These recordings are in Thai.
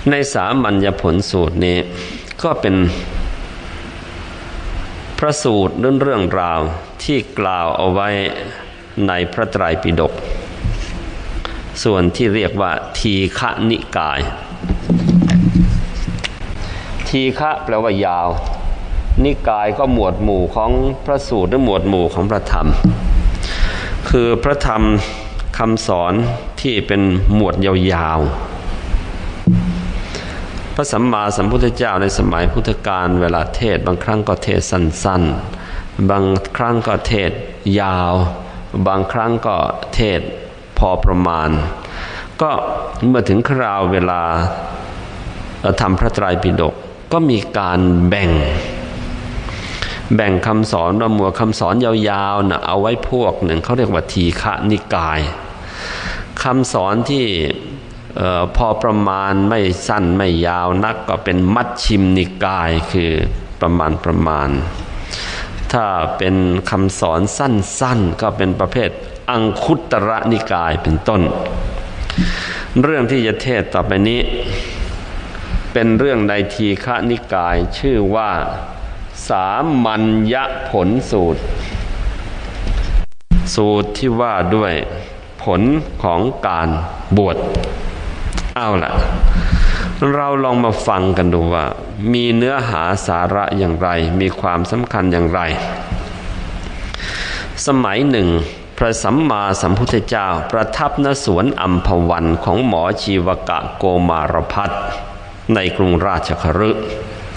ในสามัญญผลสูตรนี้ก็เป็นพระสูตรเรื่องราวที่กล่าวเอาไว้ในพระไตรปิฎกส่วนที่เรียกว่าทีฆนิกายทีฆะแปลว่ายาวนิกายก็หมวดหมู่ของพระสูตรหรือหมวดหมู่ของพระธรรมคือพระธรรมคำสอนที่เป็นหมวดยาวๆพระสัมมาสัมพุทธเจ้าในสมัยพุทธกาลเวลาเทศบางครั้งก็เทศสั้นๆบางครั้งก็เทศยาวบางครั้งก็เทศพอประมาณก็เมื่อถึงคราวเวลาทำพระไตรปิฎกก็มีการแบ่งคำสอนว่าหมวดคำสอนยาวๆนะเอาไว้พวกหนึ่งเขาเรียกว่าทีฆนิกายคำสอนที่พอประมาณไม่สั้นไม่ยาวนักก็เป็นมัชฌิมนิกายคือประมาณถ้าเป็นคำสอนสั้นๆก็เป็นประเภทอังคุตระนิกายเป็นต้นเรื่องที่จะเทศต่อไปนี้เป็นเรื่องในทีฆนิกายชื่อว่าสามัญญผลสูตรที่ว่าด้วยผลของการบวชเอาล่ะเราลองมาฟังกันดูว่ามีเนื้อหาสาระอย่างไรมีความสำคัญอย่างไรสมัยหนึ่งพระสัมมาสัมพุทธเจ้าประทับณสวนอัมพวันของหมอชีวกะโกมารพัสในกรุงราชคฤห์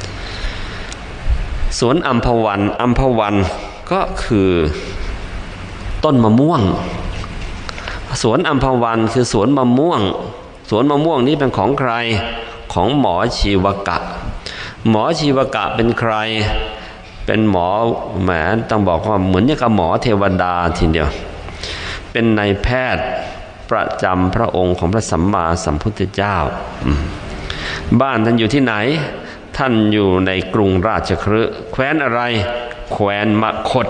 สวนอัมพวันก็คือต้นมะม่วงสวนอัมพวันคือสวนมะม่วงนี้เป็นของใครของหมอชีวกะหมอชีวกะเป็นใครเป็นหมอแหมต้องบอกว่าเหมือนกับหมอเทวดาทีเดียวเป็นนายแพทย์ประจำพระองค์ของพระสัมมาสัมพุทธเจ้าบ้านท่านอยู่ที่ไหนท่านอยู่ในกรุงราชคฤห์แคว้นอะไรแคว้นมคธ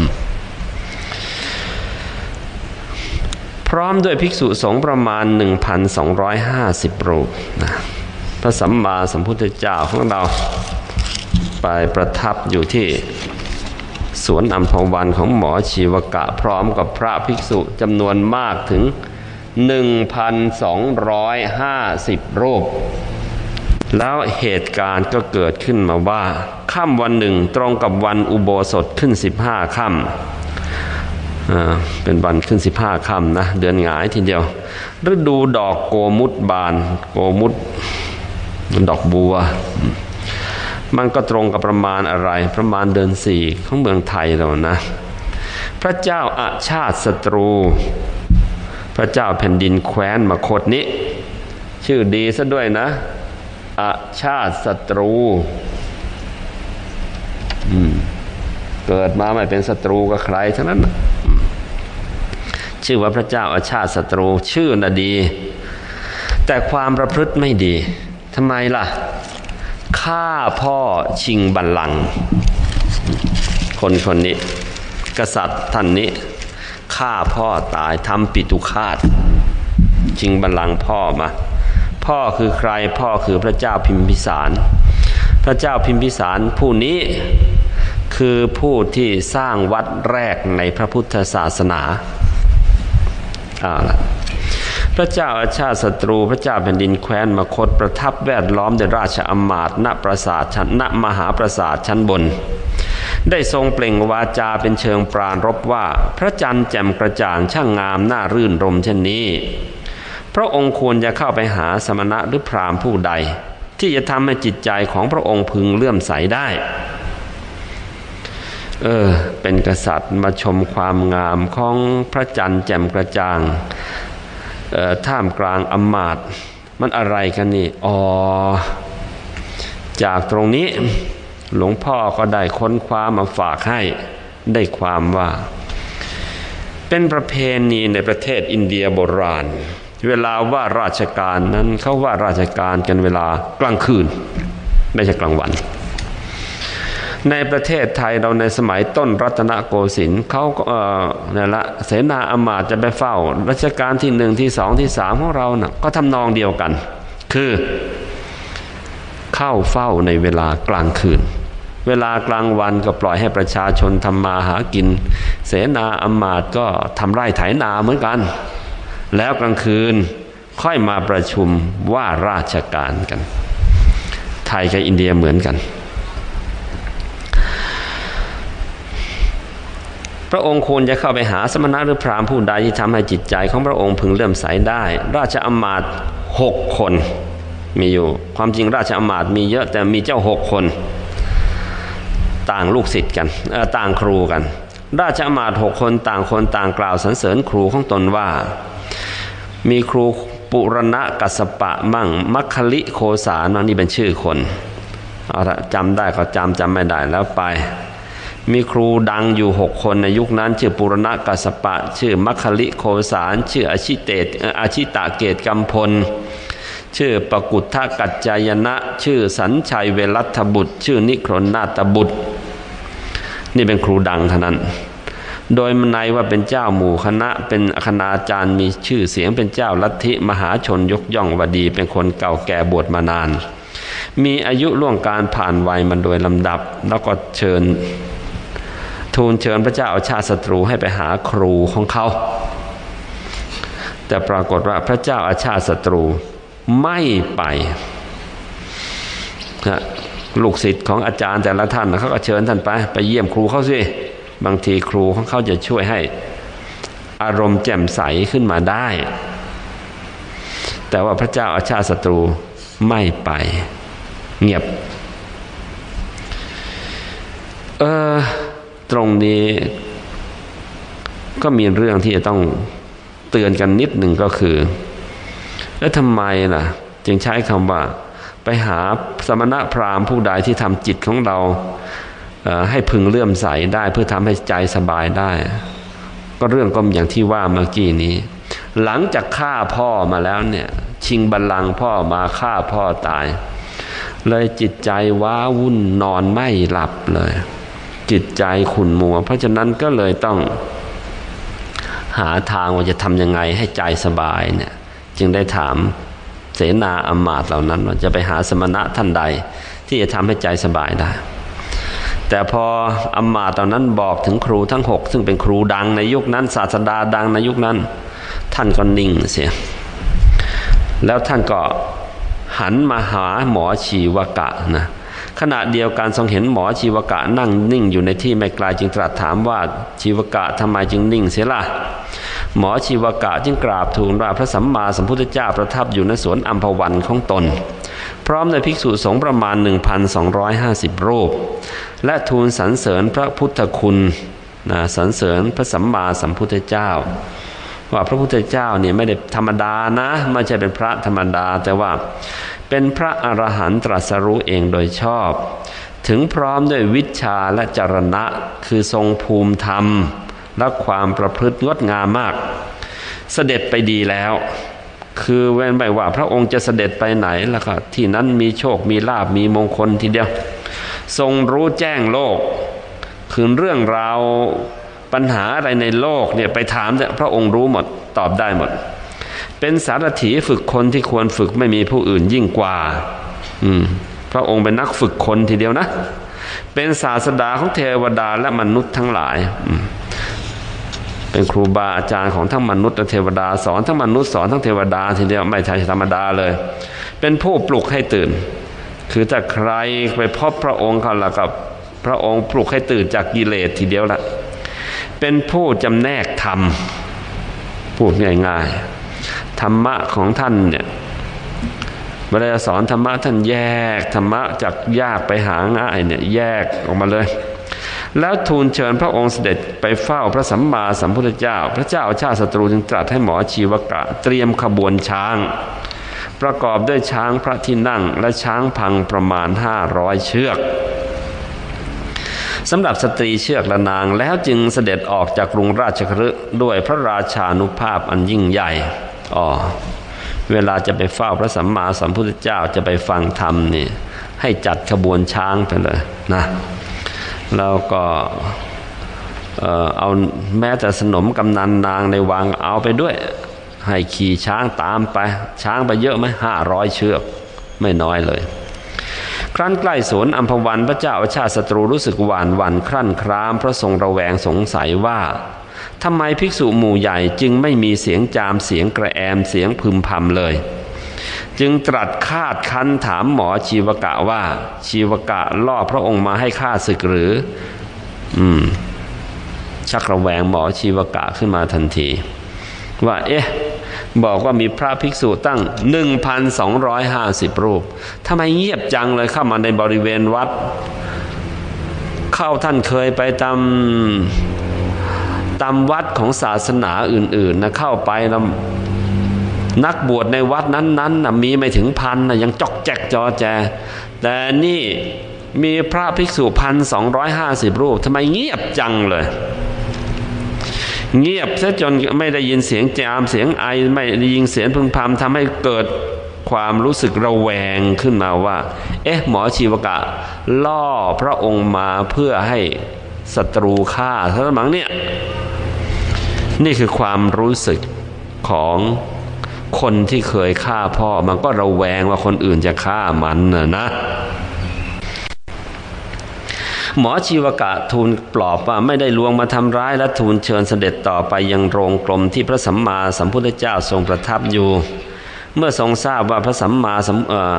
พร้อมด้วยภิกษุสงฆ์ประมาณ 1,250 รูปนะพระสัมมาสัมพุทธเจ้าของเราไปประทับอยู่ที่สวนอัมพวันของหมอชีวกะพร้อมกับพระภิกษุจำนวนมากถึง 1,250 รูปแล้วเหตุการณ์ก็เกิดขึ้นมาว่าค่ำวันหนึ่งตรงกับวันอุโบสถขึ้น15ค่ำเป็นวันขึ้น15ค่ำนะเดือนหงายทีเดียวฤดูดอกโกมุตบานโกมุตดอกบัวมันก็ตรงกับประมาณอะไรประมาณเดือน4ของเมืองไทยเรานะพระเจ้าอาชาติศัตรูพระเจ้าแผ่นดินแคว้นมคธนี้ชื่อดีซะด้วยนะอาชาติศัตรูเกิดมาไม่เป็นศัตรูกับใครทั้งนั้นชื่อว่าพระเจ้าอาชาติศัตรูชื่อน่ะดีแต่ความประพฤติไม่ดีทำไมล่ะฆ่าพ่อชิงบัลลังก์คนนี้กษัตริย์ท่านนี้ฆ่าพ่อตายทำปิตุฆาตชิงบัลลังก์พ่อมาพ่อคือใครพ่อคือพระเจ้าพิมพิสารพระเจ้าพิมพิสารผู้นี้คือผู้ที่สร้างวัดแรกในพระพุทธศาสนาพระเจ้าอาชาติศัตรูพระเจ้าแผ่นดินแคว้นมคธประทับแวดล้อมด้วยราชอมาตย์ณปราสาทชั้นณมหาปราสาทชั้นบนได้ทรงเปล่งวาจาเป็นเชิงปราณรบว่าพระจันทร์แจ่มกระจ่างช่างงามน่ารื่นรมเช่นนี้พระองค์ควรจะเข้าไปหาสมณะหรือพราหมณ์ผู้ใดที่จะทำให้จิตใจของพระองค์พึงเลื่อมใสได้เป็นกษัตริย์มาชมความงามของพระจันทร์แจ่มกระจ่างท่ามกลางอมาตย์มันอะไรกันนี่จากตรงนี้หลวงพ่อก็ได้ค้นคว้ามาฝากให้ได้ความว่าเป็นประเพณีในประเทศอินเดียโบราณเวลาว่าราชการนั้นเขาว่าราชการกันเวลากลางคืนไม่ใช่กลางวันในประเทศไทยเราในสมัยต้นรัตนโกสินทร์เขาเนี่ยละเสนาอมาตย์จะไปเฝ้ารัชกาลที่1ที่2ที่3ของเราน่ะก็ทำนองเดียวกันคือเข้าเฝ้าในเวลากลางคืนเวลากลางวันก็ปล่อยให้ประชาชนทำมาหากินเสนาอำมาตย์ก็ทำไร่ไถนาเหมือนกันแล้วกลางคืนค่อยมาประชุมว่าราชการกันไทยกับอินเดียเหมือนกันพระองค์ควรจะเข้าไปหาสมณะหรือพราหมณ์ผู้ใดที่ทำให้จิตใจของพระองค์พึงเลื่อมใสได้ราชอำมาตย์6 คนมีอยู่ความจริงราชอำมาตย์มีเยอะแต่มีเจ้า6 คนต่างลูกศิษย์กันต่างครูกันราชอำมาตย์6 คนต่างคนต่างกล่าวสรรเสริญครูของตนว่ามีครูปุรณะกัสสปะมั่งมัคคลิโคสามั่งนี่เป็นชื่อคนเอาละจำได้ก็จำไม่ได้แล้วไปมีครูดังอยู่6 คนในยุคนั้นชื่อปุรณะกัสสปะชื่อมัคคลิโคสารชื่ออาชิตะเกตกัมพลชื่อปกุฏทกัจจายนะชื่อสัญชัยเวรัตบุตรชื่อนิครนนาตบุตรนี่เป็นครูดังเท่านั้นโดยในว่าเป็นเจ้าหมู่คณะเป็นคณาจารย์มีชื่อเสียงเป็นเจ้าลัทธิมหาชนยกย่องว่าดีเป็นคนเก่าแก่บวชมานานมีอายุล่วงการผ่านวัยมันโดยลำดับแล้วก็ทูลเชิญพระเจ้าอาชาติศัตรูให้ไปหาครูของเขาแต่ปรากฏว่าพระเจ้าอาชาติศัตรูไม่ไปลูกศิษย์ของอาจารย์แต่ละท่านเขาก็เชิญท่านไปเยี่ยมครูเขาสิบางทีครูของเขาจะช่วยให้อารมณ์แจ่มใสขึ้นมาได้แต่ว่าพระเจ้าอาชาติศัตรูไม่ไปเงียบตรงนี้ก็มีเรื่องที่จะต้องเตือนกันนิดหนึ่งก็คือแล้วทำไมล่ะจึงใช้คำว่าไปหาสมณะพราหมณ์ผู้ใดที่ทำจิตของเราให้พึงเลื่อมใสได้เพื่อทำให้ใจสบายได้ก็เรื่องก็อย่างที่ว่าเมื่อกี้นี้หลังจากฆ่าพ่อมาแล้วเนี่ยชิงบัลลังก์พ่อมาฆ่าพ่อตายเลยจิตใจว้าวุ่นนอนไม่หลับเลยจิตใจขุ่นมัวเพราะฉะนั้นก็เลยต้องหาทางว่าจะทำยังไงให้ใจสบายเนี่ยจึงได้ถามเสนาอำมาตย์เหล่านั้นว่าจะไปหาสมณะท่านใดที่จะทำให้ใจสบายได้แต่พออำมาตย์เหล่านั้นบอกถึงครูทั้ง6ซึ่งเป็นครูดังในยุคนั้นศาสดาดังในยุคนั้นท่านก็นิ่งเสียแล้วท่านก็หันมาหาหมอชีวกะนะขณะเดียวกันทรงเห็นหมอชีวกะนั่งนิ่งอยู่ในที่ไม่ไกลจึงตรัสถามว่าชีวกะทำไมจึงนิ่งเสียล่ะหมอชีวกะจึงกราบทูลว่าพระสัมมาสัมพุทธเจ้าประทับอยู่ในสวนอัมพวันของตนพร้อมด้วยภิกษุสงฆ์ประมาณ 1,250 รูปและทูลสรรเสริญพระพุทธคุณสรรเสริญพระสัมมาสัมพุทธเจ้าว่าพระพุทธเจ้าเนี่ยไม่ได้ธรรมดานะไม่ใช่เป็นพระธรรมดาแต่ว่าเป็นพระอรหันต์ตรัสรู้เองโดยชอบถึงพร้อมด้วยวิชชาและจรณะคือทรงภูมิธรรมและความประพฤติงดงามมากเสด็จไปดีแล้วคือเว้นไม่ว่าพระองค์จะเสด็จไปไหนแล้วก็ที่นั้นมีโชคมีลาภมีมงคลทีเดียวทรงรู้แจ้งโลกคือเรื่องราวปัญหาอะไรในโลกเนี่ยไปถามเนี่ยพระองค์รู้หมดตอบได้หมดเป็นสารถีฝึกคนที่ควรฝึกไม่มีผู้อื่นยิ่งกว่าพระองค์เป็นนักฝึกคนทีเดียวนะเป็นศาสดาของเทวดาและมนุษย์ทั้งหลายเป็นครูบาอาจารย์ของทั้งมนุษย์และเทวดาสอนทั้งมนุษย์สอนทั้งเทวดาทีเดียวไม่ใช่ธรรมดาเลยเป็นผู้ปลุกให้ตื่นคือถ้าใครไปพบพระองค์เขาแล้วกับพระองค์ปลุกให้ตื่นจากกิเลสทีเดียวละเป็นผู้จำแนกธรรมพูดง่ายๆธรรมะของท่านเนี่ยเวลาสอนธรรมะท่านแยกธรรมะจากยากไปหาง่ายเนี่ยแยกออกมาเลยแล้วทูลเชิญพระองค์เสด็จไปเฝ้าพระสัมมาสัมพุทธเจ้าพระเจ้าอาชาติศัตรูจึงตรัสให้หมอชีวกะเตรียมขบวนช้างประกอบด้วยช้างพระที่นั่งและช้างพังประมาณ500เชือกสำหรับสตรีเชือกละนางแล้วจึงเสด็จออกจากกรุงราชคฤห์ด้วยพระราชานุภาพอันยิ่งใหญ่เวลาจะไปเฝ้าพระสัมมาสัมพุทธเจ้าจะไปฟังธรรมนี่ให้จัดขบวนช้างไปเลยนะแล้วก็เอาแม้แต่สนมกำนันนางในวังเอาไปด้วยให้ขี่ช้างตามไปช้างไปเยอะไหม500เชือกไม่น้อยเลยครั้นใกล้สวนอัมพวันพระเจ้าอาชาติศัตรูรู้สึกหวาดหวั่นครั่นครามเพราะทรงระแวงสงสัยว่าทำไมภิกษุหมู่ใหญ่จึงไม่มีเสียงจามเสียงกระแอมเสียงพึมพำเลยจึงตรัสคาดคั้นถามหมอชีวกะว่าชีวกะล่อพระองค์มาให้ข้าศึกหรือชักระแวงหมอชีวกะขึ้นมาทันทีว่าบอกว่ามีพระภิกษุตั้ง 1,250 รูปทำไมเงียบจังเลยเข้ามาในบริเวณวัดท่านเคยไปตามวัดของศาสนาอื่นๆนะเข้าไปแล้วนักบวชในวัดนั้นๆนะมีไม่ถึงพันนะยังจอกแจกจอแจแต่นี่มีพระภิกษุ 1,250 รูปทำไมเงียบจังเลยเงียบซะจนไม่ได้ยินเสียงจามเสียงไอไม่ได้ยินเสียงพึมพำทำให้เกิดความรู้สึกระแวงขึ้นมาว่าหมอชีวกะล่อพระองค์มาเพื่อให้ศัตรูฆ่าท่านมั้งเนี่ยนี่คือความรู้สึกของคนที่เคยฆ่าพ่อมันก็ระแวงว่าคนอื่นจะฆ่ามันนะหมอชีวกะทูลปลอบว่าไม่ได้ลวงมาทำร้ายและทูลเชิญเสด็จต่อไปยังโรงกลมที่พระสัมมาสัมพุทธเจ้าทรงประทับอยู่เมื่อทรงทราบว่าพระสัมมาสั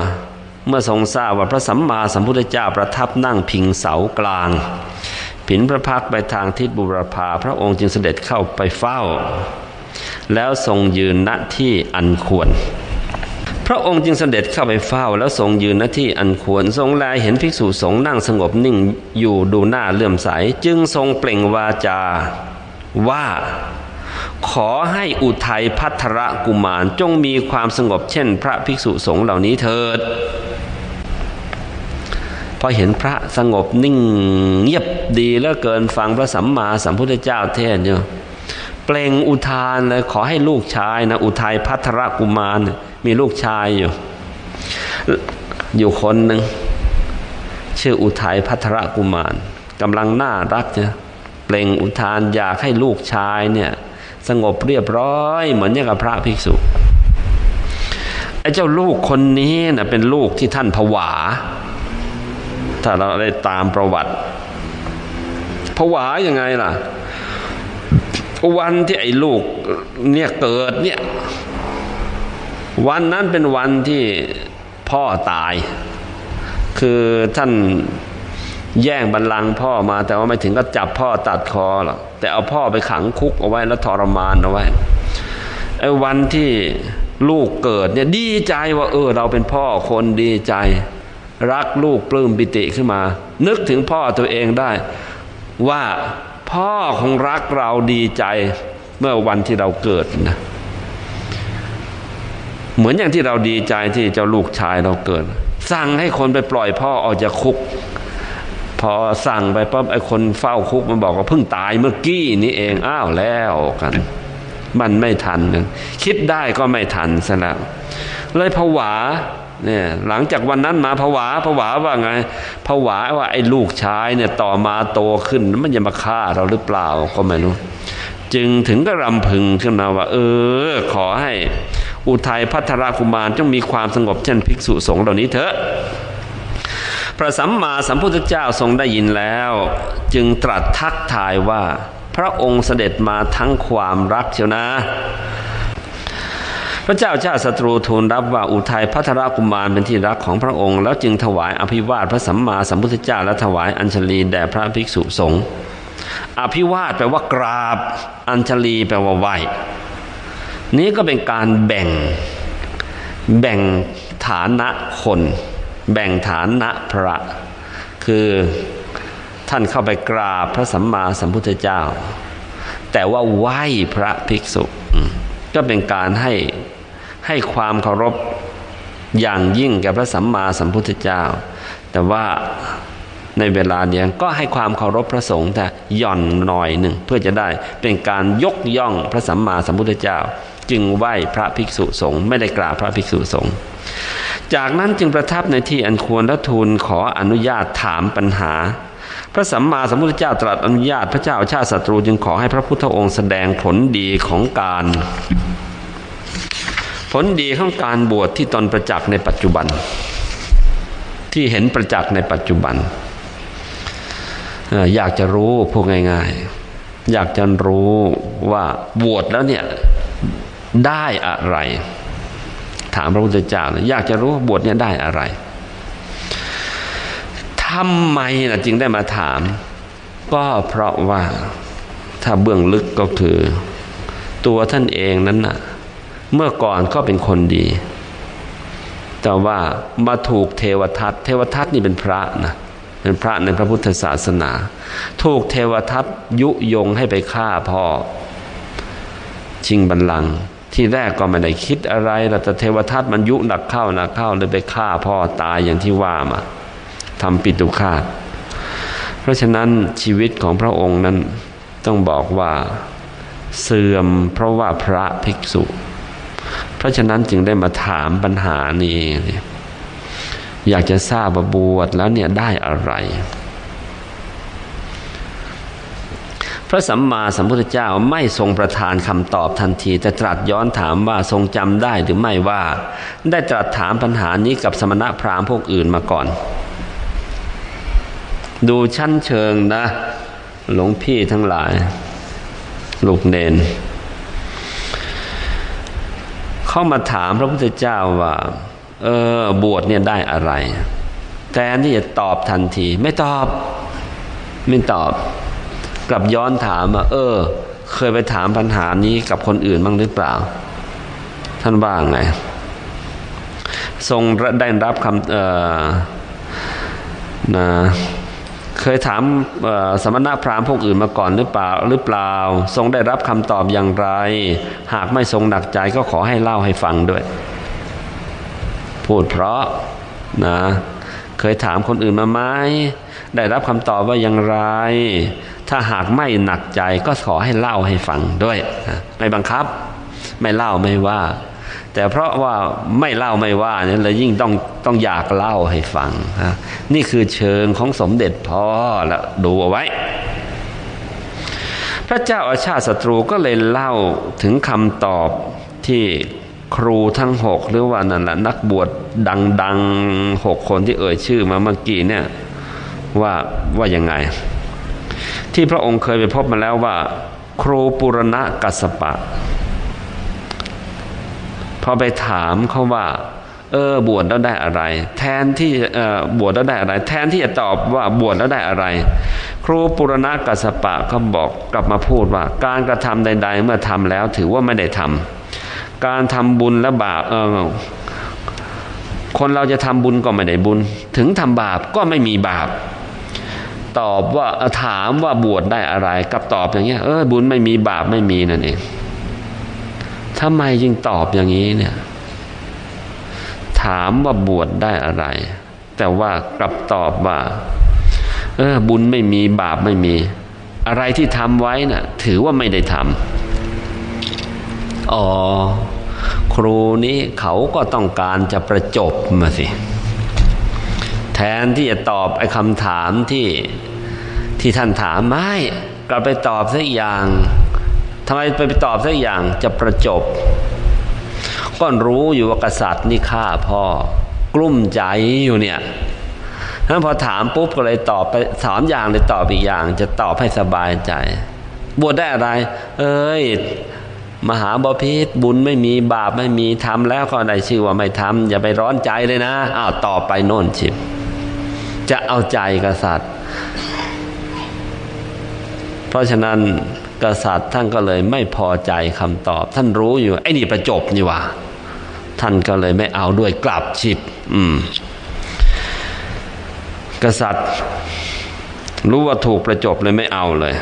มพุทธเจ้าประทับนั่งพิงเสากลางผินพระพักไปทางทิศบุรพาพระองค์จึงเสด็จเข้าไปเฝ้าแล้วทรงยืนณที่อันควรพระองค์จึงเสด็จเข้าไปเฝ้าแล้วทรงยืนณที่อันควรทรงแลเห็นภิกษุสงฆ์นั่งสงบนิ่งอยู่ดูหน้าเลื่อมใสจึงทรงเปล่งวาจาว่าขอให้อุทัยภัทรกุมารจงมีความสงบเช่นพระภิกษุสงฆ์เหล่านี้เถิดพอเห็นพระสงบนิ่งเงียบดีเหลือเกินฟังพระสัมมาสัมพุทธเจ้าเทศน์อยู่เปล่งอุทานเลยขอให้ลูกชายนะอุทัยภัทรกุมารมีลูกชายอยู่คนหนึ่งชื่ออุทัยภัทรกุมารกำลังน่ารักจ้ะเปล่งอุทานอยากให้ลูกชายเนี่ยสงบเรียบร้อยเหมือนอย่างกับพระภิกษุไอ้เจ้าลูกคนนี้นะเป็นลูกที่ท่านผวาถ้าเราได้ตามประวัติผวายังไงล่ะวันที่ไอ้ลูกเนี่ยเกิดเนี่ยวันนั้นเป็นวันที่พ่อตายคือท่านแย่งบัลลังก์พ่อมาแต่ว่าไม่ถึงก็จับพ่อตัดคอหรอกแต่เอาพ่อไปขังคุกเอาไว้แล้วทรมานเอาไว้ไอ้วันที่ลูกเกิดเนี่ยดีใจว่าเราเป็นพ่อคนดีใจรักลูกปลื้มปิติขึ้นมานึกถึงพ่อตัวเองได้ว่าพ่อคงรักเราดีใจเมื่อวันที่เราเกิดนะเหมือนอย่างที่เราดีใจที่เจ้าลูกชายเราเกิดสั่งให้คนไปปล่อยพ่อออกจากคุกพอสั่งไปปั๊บไอ้คนเฝ้าคุกมันบอกว่าเพิ่งตายเมื่อกี้นี้เองอ้าวแล้วกันมันไม่ทันคิดได้ก็ไม่ทันซะแล้วเลยผวาเนี่ยหลังจากวันนั้นมาผวาว่าไงผวาว่าไอ้ลูกชายเนี่ยต่อมาโตขึ้นมันจะมาฆ่าเราหรือเปล่าก็ไม่รู้จึงถึงก็รำพึงขึ้นมาว่าขอให้อุทัยภัทรกุมารจงมีความสงบเช่นภิกษุสงฆ์เหล่านี้เถอะพระสัมมาสัมพุทธเจ้าทรงได้ยินแล้วจึงตรัสทักทายว่าพระองค์เสด็จมาทั้งความรักเชียวนะพระเจ้าชาติศัตรูทูลรับว่าอุทัยภัทรกุมารเป็นที่รักของพระองค์แล้วจึงถวายอภิวาทพระสัมมาสัมพุทธเจ้าและถวายอัญชลีแด่พระภิกษุสงฆ์อภิวาทแปลว่ากราบอัญชลีแปลว่าไหว้นี้ก็เป็นการแบ่งฐานะคนแบ่งฐานะพระคือท่านเข้าไปกราบพระสัมมาสัมพุทธเจ้าแต่ว่าไหว้พระภิกษุก็เป็นการให้ความเคารพอย่างยิ่งแก่พระสัมมาสัมพุทธเจ้าแต่ว่าในเวลาเดียวก็ให้ความเคารพพระสงฆ์แต่หย่อนหน่อยหนึ่งเพื่อจะได้เป็นการยกย่องพระสัมมาสัมพุทธเจ้าจึงไหว้พระภิกษุสงฆ์ไม่ได้กราบพระภิกษุสงฆ์จากนั้นจึงประทับในที่อันควรและทูลขออนุญาตถามปัญหาพระสัมมาสัมพุทธเจ้าตรัสอนุญาตพระเจ้าชาติศัตรูจึงขอให้พระพุทธองค์แสดงผลดีของการบวชที่ตนประจักษ์ในปัจจุบันที่เห็นประจักษ์ในปัจจุบันอยากจะรู้พูดง่ายๆอยากจะรู้ว่าบวชแล้วเนี่ยได้อะไรถามพระพุทธเจ้าอยากจะรู้ว่าบวชเนี่ยได้อะไรทำไมล่ะจึงได้มาถามก็เพราะว่าถ้าเบื้องลึกก็คือตัวท่านเองนั้นน่ะเมื่อก่อนก็เป็นคนดีแต่ว่ามาถูกเทวทัตนี่เป็นพระนะเป็นพระในพระพุทธศาสนาถูกเทวทัตยุยงให้ไปฆ่าพ่อชิงบัลลังก์ที่แรกก็ไม่ได้คิดอะไรแต่เทวทัตมันยุหนักเข้าเลยไปฆ่าพ่อตายอย่างที่ว่ามาทำปิตุฆาตเพราะฉะนั้นชีวิตของพระองค์นั้นต้องบอกว่าเสื่อมเพราะว่าพระภิกษุเพราะฉะนั้นจึงได้มาถามปัญหานี้อยากจะทราบว่าบวชแล้วเนี่ยได้อะไรพระสัมมาสัมพุทธเจ้าไม่ทรงประทานคำตอบทันทีแต่ตรัสย้อนถามว่าทรงจำได้หรือไม่ว่าได้ตรัสถามปัญหานี้กับสมณพราหมณ์พวกอื่นมาก่อนดูชั้นเชิงนะหลวงพี่ทั้งหลายลูกเนนเข้ามาถามพระพุทธเจ้าว่าบวชเนี่ยได้อะไรแทนที่จะตอบทันทีไม่ตอบกลับย้อนถามว่าเคยไปถามปัญหานี้กับคนอื่นบ้างหรือเปล่าท่านว่าไงทรงได้รับคำเคยถามสมณพราหมณ์พวกอื่นมาก่อนหรือเปล่าทรงได้รับคำตอบอย่างไรหากไม่ทรงหนักใจก็ขอให้เล่าให้ฟังด้วยพูดเพราะนะเคยถามคนอื่นมาไหมได้รับคำตอบว่าอย่างไรถ้าหากไม่หนักใจก็ขอให้เล่าให้ฟังด้วยไม่บังคับไม่เล่าไม่ว่าแต่เพราะว่าไม่เล่าไม่ว่าเนี่ยเลยยิ่งต้องอยากเล่าให้ฟังนะนี่คือเชิงของสมเด็จพ่อแล้วดูเอาไว้พระเจ้าอาชาติศัตรูก็เลยเล่าถึงคำตอบที่ครูทั้ง6หรือว่านั่นแหละนักบวชดังๆ6คนที่เอ่ยชื่อมาเมื่อกี้เนี่ยว่ายังไงที่พระองค์เคยไปพบมาแล้วว่าครูปุรณกัสสปะพอไปถามเขาว่าบวชแล้วได้อะไรแทนที่บวชแล้วได้อะไรแทนที่จะตอบว่าบวชแล้วได้อะไรครูปุรณกัสสปะก็บอกกลับมาพูดว่าการกระทำใดๆเมื่อทำแล้วถือว่าไม่ได้ทำการทำบุญและบาปคนเราจะทำบุญก็ไม่ได้บุญถึงทำบาปก็ไม่มีบาปตอบว่าถามว่าบวชได้อะไรกับตอบอย่างเงี้ยบุญไม่มีบาปไม่มีนั่นเองทำไมจึงตอบอย่างนี้เนี่ยถามว่าบวชได้อะไรแต่ว่ากลับตอบว่าบุญไม่มีบาปไม่มีอะไรที่ทำไว้น่ะถือว่าไม่ได้ทำครูนี้เขาก็ต้องการจะประจบมาสิแทนที่จะตอบไอ้คำถามที่ท่านถามไม่กลับไปตอบสักอย่างทำไมไปตอบสักอย่างจะประจบก็รู้อยู่ว่ากษัตริย์นี่ฆ่าพ่อกลุ้มใจอยู่เนี่ยนั้นพอถามปุ๊บก็เลยตอบไป3อย่างเลยตอบอีกอย่างจะตอบให้สบายใจบวชได้อะไรมหาบพิตรบุญไม่มีบาปไม่มีทำแล้วก็ได้ชื่อว่าไม่ทำอย่าไปร้อนใจเลยนะต่อไปโน่นชิบจะเอาใจกษัตริย์เพราะฉะนั้นกษัตริย์ท่านก็เลยไม่พอใจคำตอบท่านรู้อยู่ไอ้นี่ประจบนี่ว่าท่านก็เลยไม่เอาด้วยกลับฉิบกษัตริย์รู้ว่าถูกประจบเลยไม่เอาเลย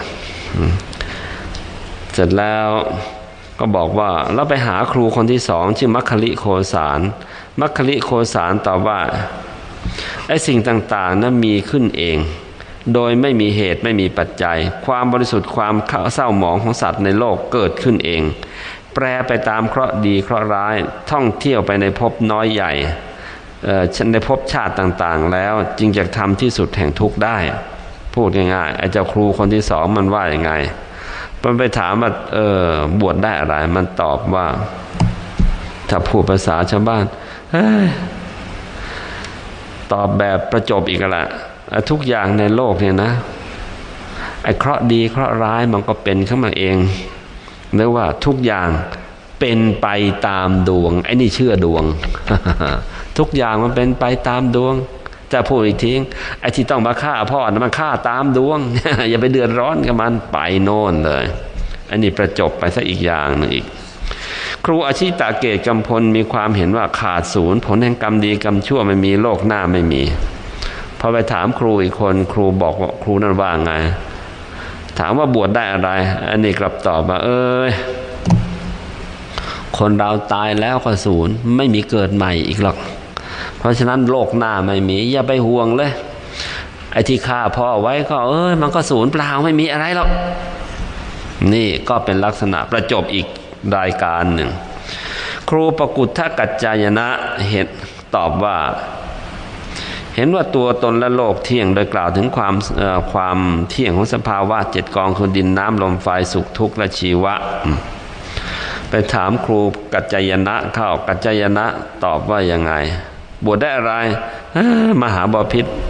เสร็จแล้วก็บอกว่าเราไปหาครูคนที่2ชื่อมัคคิโคสารมัคคิโคสารตอบว่าไอ้สิ่งต่างๆนั้นมีขึ้นเองโดยไม่มีเหตุไม่มีปัจจัยความบริสุทธิ์ความเศร้าหมองของสัตว์ในโลกเกิดขึ้นเองแปรไปตามเคราะห์ดีเคราะห์ร้ายท่องเที่ยวไปในภพน้อยใหญ่ในภพชาติต่างๆแล้วจึงจะทำที่สุดแห่งทุกข์ได้พูดง่ายๆไอ้เจ้าครูคนที่2มันว่าอย่างไงมันไปถามว่าบวชได้อะไรมันตอบว่าถ้าพูดภาษาชาวบ้านตอบแบบประจบอีกละทุกอย่างในโลกเนี่ยนะไอ้เคราะห์ดีเคราะห์ร้ายมันก็เป็นขึ้นมาเองหรือว่าทุกอย่างเป็นไปตามดวงไอ้นี่เชื่อดวง ทุกอย่างมันเป็นไปตามดวงจะพูดอีกทีไอ้ที่ต้องมาฆ่าพ่อมันฆ่าตามดวง อย่าไปเดือดร้อนกับมันไปโน่นเลยอันนี้ประจบไปซะอีกอย่างหนึ่งอีกครูอาชิตาเกตกำพลมีความเห็นว่าขาดศูนย์ผลแห่งกรรมดีกรรมชั่วไม่มีโลกหน้าไม่มีพอไปถามครูอีกคนครูบอกว่าครูนั่นว่าไงถามว่าบวชได้อะไรอันนี้กลับตอบว่าคนเราตายแล้วก็ศูนย์ไม่มีเกิดใหม่อีกหรอกเพราะฉะนั้นโลกหน้าไม่มีอย่าไปห่วงเลยไอ้ที่ฆ่าพ่อไว้ก็มันก็ศูนย์เปล่าไม่มีอะไรหรอกนี่ก็เป็นลักษณะประจบอีกรายการหนึ่งครูปกุฏทกัจจายนะเห็นตอบว่าเห็นว่าตัวตนและโลกเที่ยงโดยกล่าวถึงความเที่ยงของสภาวะเจ็ดกองคือดินน้ำลมไฟสุขทุกข์และชีวะไปถามครูกัจจายนะเข้ากัจจายนะตอบว่ายังไงบวชได้อะไรมหาบพิตร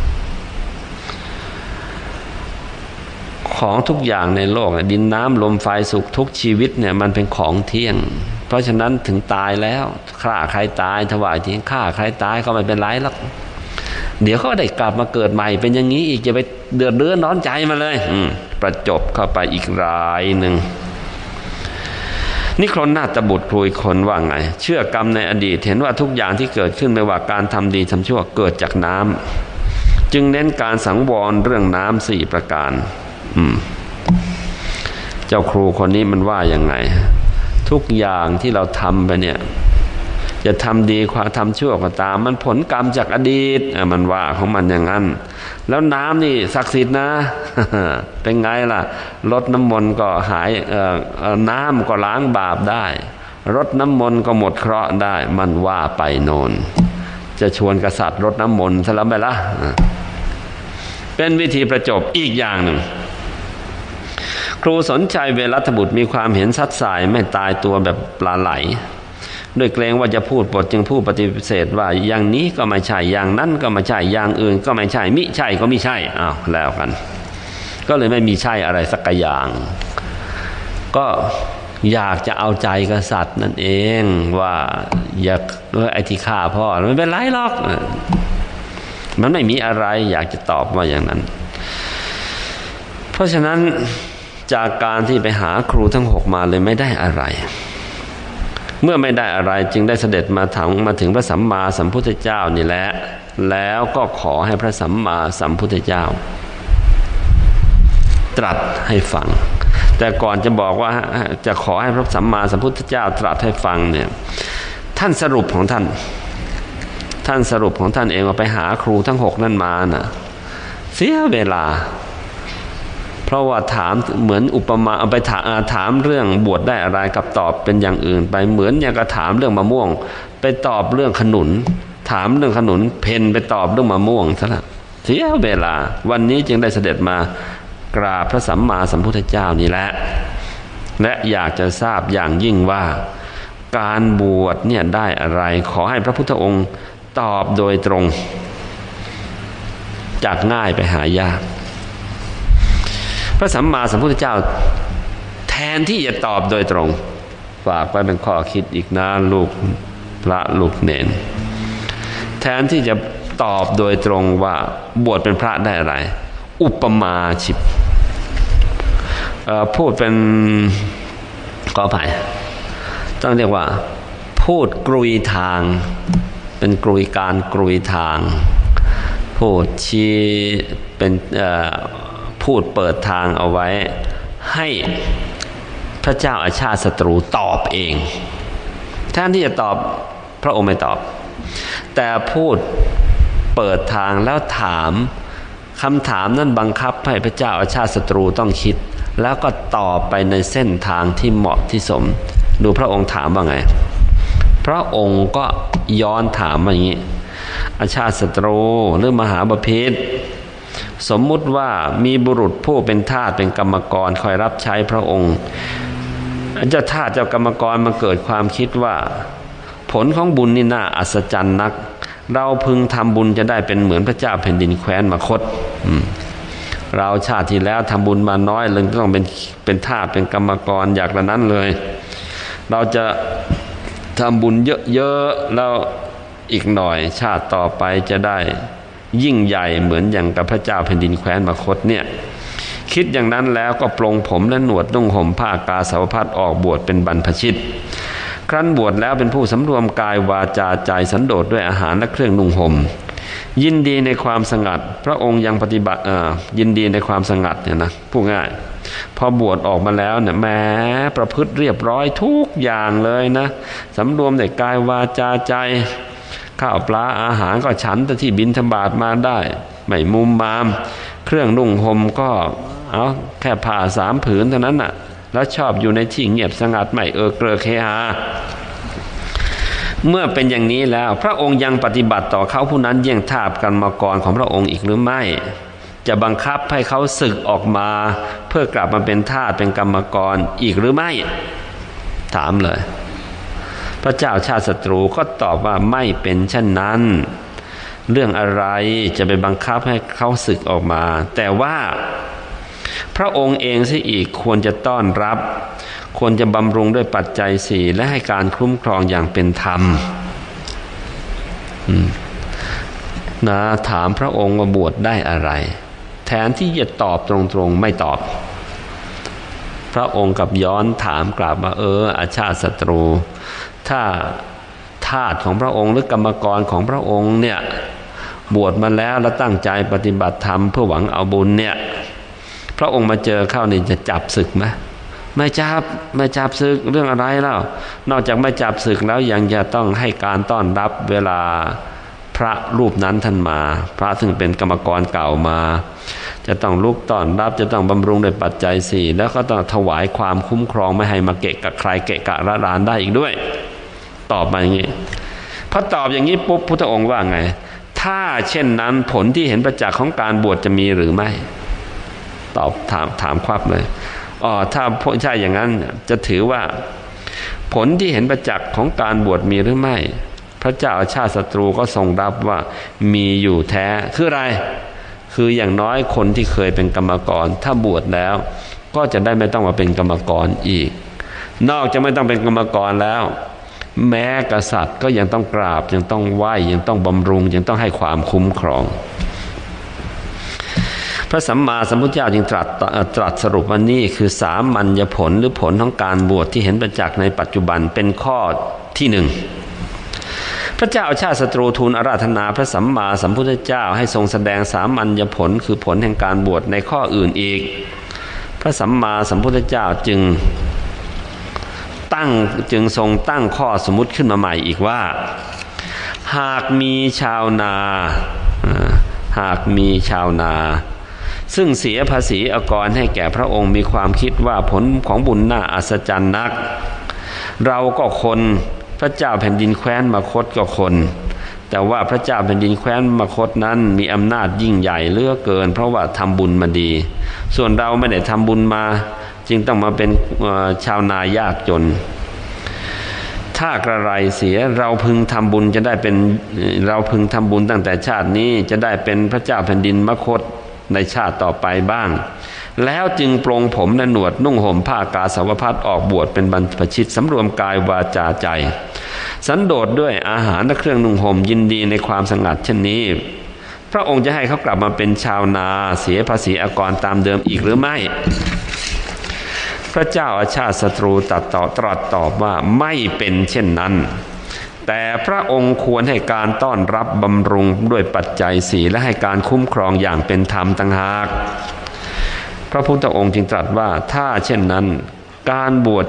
ของทุกอย่างในโลกดินน้ำลมไฟสุขทุกชีวิตเนี่ยมันเป็นของเที่ยงเพราะฉะนั้นถึงตายแล้วฆ่าใครตายถวายทิ้งฆ่าใครตายก็ไม่เป็นไรหรอกเดี๋ยวเขาได้กลับมาเกิดใหม่เป็นอย่างนี้อีกจะไปเดือดร้อนใจมาเลยประจบเข้าไปอีกรายหนึ่งนิครนนาถบุตรครูอีกคนว่าไงเชื่อกรรมในอดีตเห็นว่าทุกอย่างที่เกิดขึ้นไม่ว่าการทำดีทำชั่วเกิดจากน้ำจึงเน้นการสังวรเรื่องน้ำ4ประการเจ้าครูคนนี้มันว่ายังไงทุกอย่างที่เราทำไปเนี่ยจะทำดีความทำชั่วก็ตามมันผลกรรมจากอดีตมันว่าของมันอย่างนั้นแล้วน้ำนี่ศักดิ์สิทธิ์นะ เป็นไงล่ะรดน้ำมนต์ก็หายน้ำก็ล้างบาปได้รดน้ำมนต์ก็หมดเคราะห์ได้มันว่าไปโนนจะชวนกษัตริย์รดน้ำมนต์ซะแล้วไหมล่ะเป็นวิธีประจบอีกอย่างหนึ่งครูสนใจเวรัตบุตรมีความเห็นซัดสายไม่ตายตัวแบบปลาไหลด้วยเกรงว่าจะพูดปดจึงพูดปฏิเสธว่าอย่างนี้ก็ไม่ใช่อย่างนั้นก็ไม่ใช่อย่างอื่นก็ไม่ใช่มิใช่ก็ไม่ใช่แล้วกันก็เลยไม่มีใช่อะไรสักอย่างก็อยากจะเอาใจกษัตริย์นั่นเองว่าอยากไอ้ที่ฆ่าพ่อไม่เป็นไรหรอกมันไม่มีอะไรอยากจะตอบว่าอย่างนั้นเพราะฉะนั้นจากการที่ไปหาครูทั้ง6มาเลยไม่ได้อะไรเมื่อไม่ได้อะไรจึงได้เสด็จมาถึงพระสัมมาสัมพุทธเจ้านี่แหละแล้วก็ขอให้พระสัมมาสัมพุทธเจ้าตรัสให้ฟังแต่ก่อนจะบอกว่าจะขอให้พระสัมมาสัมพุทธเจ้าตรัสให้ฟังเนี่ยท่านสรุปของท่านสรุปของท่านเองว่าไปหาครูทั้ง6นั่นมาน่ะเสียเวลาเพราะว่าถามเหมือนอุปมาเอาไปถามเรื่องบวชได้อะไรกับตอบเป็นอย่างอื่นไปเหมือนอย่างกับถามเรื่องมะม่วงไปตอบเรื่องขนุนถามเรื่องขนุนเพนไปตอบเรื่องมะม่วงซะละเสียเวลาวันนี้จึงได้เสด็จมากราบพระสัมมาสัมพุทธเจ้านี่แหละและอยากจะทราบอย่างยิ่งว่าการบวชเนี่ยได้อะไรขอให้พระพุทธองค์ตอบโดยตรงจากง่ายไปหายากพระสัมมาสัมพุทธเจ้าแทนที่จะตอบโดยตรงฝากไว้เป็นข้อคิดอีกนะลูกพระลูกเนนแทนที่จะตอบโดยตรงว่าบวชเป็นพระได้อะไรอุปมาฉิบพูดเป็นขออภัยต้องเรียกว่าพูดกรุยทางเป็นกรุยการกรุยทางพูดชี้เป็นพูดเปิดทางเอาไว้ให้พระเจ้าอาชาติศัตรูตอบเองแทนที่จะตอบพระองค์ไม่ตอบแต่พูดเปิดทางแล้วถามคำถามนั้นบังคับให้พระเจ้าอาชาติศัตรูต้องคิดแล้วก็ตอบไปในเส้นทางที่เหมาะที่สมดูพระองค์ถามว่าไงพระองค์ก็ย้อนถามว่าอย่างนี้อาชาติศัตรูหรือมหาบพิตรสมมุติว่ามีบุรุษผู้เป็นทาสเป็นกรรมกรคอยรับใช้พระองค์เจ้าทาสเจ้ากรรมกรมาเกิดความคิดว่าผลของบุญนี่น่าอัศจรรย์นักเราพึงทำบุญจะได้เป็นเหมือนพระเจ้าแผ่นดินแคว้นมคธเราชาติที่แล้วทำบุญมาน้อยเลยต้องเป็นทาสเป็นกรรมกรอย่างนั้นเลยเราจะทำบุญเยอะๆแล้วอีกหน่อยชาติต่อไปจะได้ยิ่งใหญ่เหมือนอย่างกับพระเจ้าแผ่นดินแคว้นมคธเนี่ยคิดอย่างนั้นแล้วก็ปลงผมและหนวดนุ่งห่มผ้ากาสาวพัสออกบวชเป็นบรรพชิตครั้นบวชแล้วเป็นผู้สำรวมกายวาจาใจสันโดษด้วยอาหารและเครื่องนุ่งห่มยินดีในความสงัดพระองค์ยังปฏิบัติยินดีในความสงัดเนี่ยนะพูดง่ายพอบวชออกมาแล้วเนี่ยแม้ประพฤติเรียบร้อยทุกอย่างเลยนะสำรวมในกายวาจาใจข้าวปลาอาหารก็ฉันแต่ที่บิณฑบาตมาได้ไม่มุมมามเครื่องนุ่งห่มก็เอาแค่ผ้า3 ผืนเท่านั้นน่ะแล้วชอบอยู่ในที่เงียบสงัดไม่เกลอเคหาเมื่อเป็นอย่างนี้แล้วพระองค์ยังปฏิบัติต่อเขาผู้นั้นเยี่ยงทาสกรรมกรของพระองค์อีกหรือไม่จะบังคับให้เขาสึกออกมาเพื่อกลับมาเป็นทาสเป็นกรรมกรอีกหรือไม่ถามเลยพระเจ้าชาติศัตรูก็ตอบว่าไม่เป็นเช่นนั้นเรื่องอะไรจะไปบังคับให้เขาสึกออกมาแต่ว่าพระองค์เองเสียอีกควรจะต้อนรับควรจะบำรุงด้วยปัจจัย4และให้การคุ้มครองอย่างเป็นธรรมนะถามพระองค์ว่าบวชได้อะไรแทนที่จะตอบตรงๆไม่ตอบพระองค์กับย้อนถามกลับว่าอาชาติศัตรูถ้าทาสของพระองค์หรือกรรมกรของพระองค์เนี่ยบวชมาแล้วและตั้งใจปฏิบัติธรรมเพื่อหวังเอาบุญเนี่ยพระองค์มาเจอเข้านี่จะจับศึกไหมไม่จับศึกเรื่องอะไรแล้วนอกจากไม่จับศึกแล้วยังจะต้องให้การต้อนรับเวลาพระรูปนั้นท่านมาพระซึ่งเป็นกรรมกรเก่ามาจะต้องลุกต้อนรับจะต้องบำรุงด้วยปัจจัย4แล้วก็ต้องถวายความคุ้มครองไม่ให้มาเกะกะใครเกะกะระรานได้อีกด้วยตอบมาอย่างนี้พอตอบอย่างนี้ปุ๊บพุทธองค์ว่าไงถ้าเช่นนั้นผลที่เห็นประจักษ์ของการบวชจะมีหรือไม่ตอบถามควับเลยถ้าใช่อย่างนั้นจะถือว่าผลที่เห็นประจักษ์ของการบวชมีหรือไม่พระเจ้าอาชาติศัตรูก็ทรงรับว่ามีอยู่แท้คืออะไรคืออย่างน้อยคนที่เคยเป็นกรรมกรถ้าบวชแล้วก็จะได้ไม่ต้องมาเป็นกรรมกรอีกนอกจากไม่ต้องเป็นกรรมกรแล้วแม้กษัตริย์ก็ยังต้องกราบยังต้องไหว้ยังต้องบำรุงยังต้องให้ความคุ้มครองพระสัมมาสัมพุทธเจ้าจึงตรัสสรุปว่านี่คือสามัญญผลหรือผลของการบวชที่เห็นประจักษ์ในปัจจุบันเป็นข้อที่1พระเจ้าอาชาติศัตรูทูลอาราธนาพระสัมมาสัมพุทธเจ้าให้ทรงแสดงสามัญญผลคือผลแห่งการบวชในข้ออื่นอีกพระสัมมาสัมพุทธเจ้าจึงทรงตั้งข้อสมมุติขึ้นมาใหม่อีกว่าหากมีชาวนาซึ่งเสียภาษีอากรให้แก่พระองค์มีความคิดว่าผลของบุญน่าอัศจรรย์นักเราก็คนพระเจ้าแผ่นดินแคว้นมคธก็คนแต่ว่าพระเจ้าแผ่นดินแคว้นมคธนั้นมีอำนาจยิ่งใหญ่เหลือเกินเพราะว่าทำบุญมาดีส่วนเราไม่ได้ทำบุญมาจึงต้องมาเป็นชาวนายากจนถ้ากระไรเสียเราพึงทำบุญตั้งแต่ชาตินี้จะได้เป็นพระเจ้าแผ่นดินมคธในชาติต่อไปบ้างแล้วจึงปลงผมและหนวดนุ่งห่มผ้ากาสาวพัสออกบวชเป็นบรรพชิตสำรวมกายวาจาใจสันโดษด้วยอาหารและเครื่องนุ่งห่มยินดีในความสงัดเช่นนี้พระองค์จะให้เขากลับมาเป็นชาวนาเสียภาษีอากรตามเดิมอีกหรือไม่พระเจ้าอาชาติศัตรูตรัสตอบว่าไม่เป็นเช่นนั้นแต่พระองค์ควรให้การต้อนรับบำรุงด้วยปัจจัย4และให้การคุ้มครองอย่างเป็นธรรมต่างหากพระพุทธองค์จึงตรัสว่าถ้าเช่นนั้นการบวช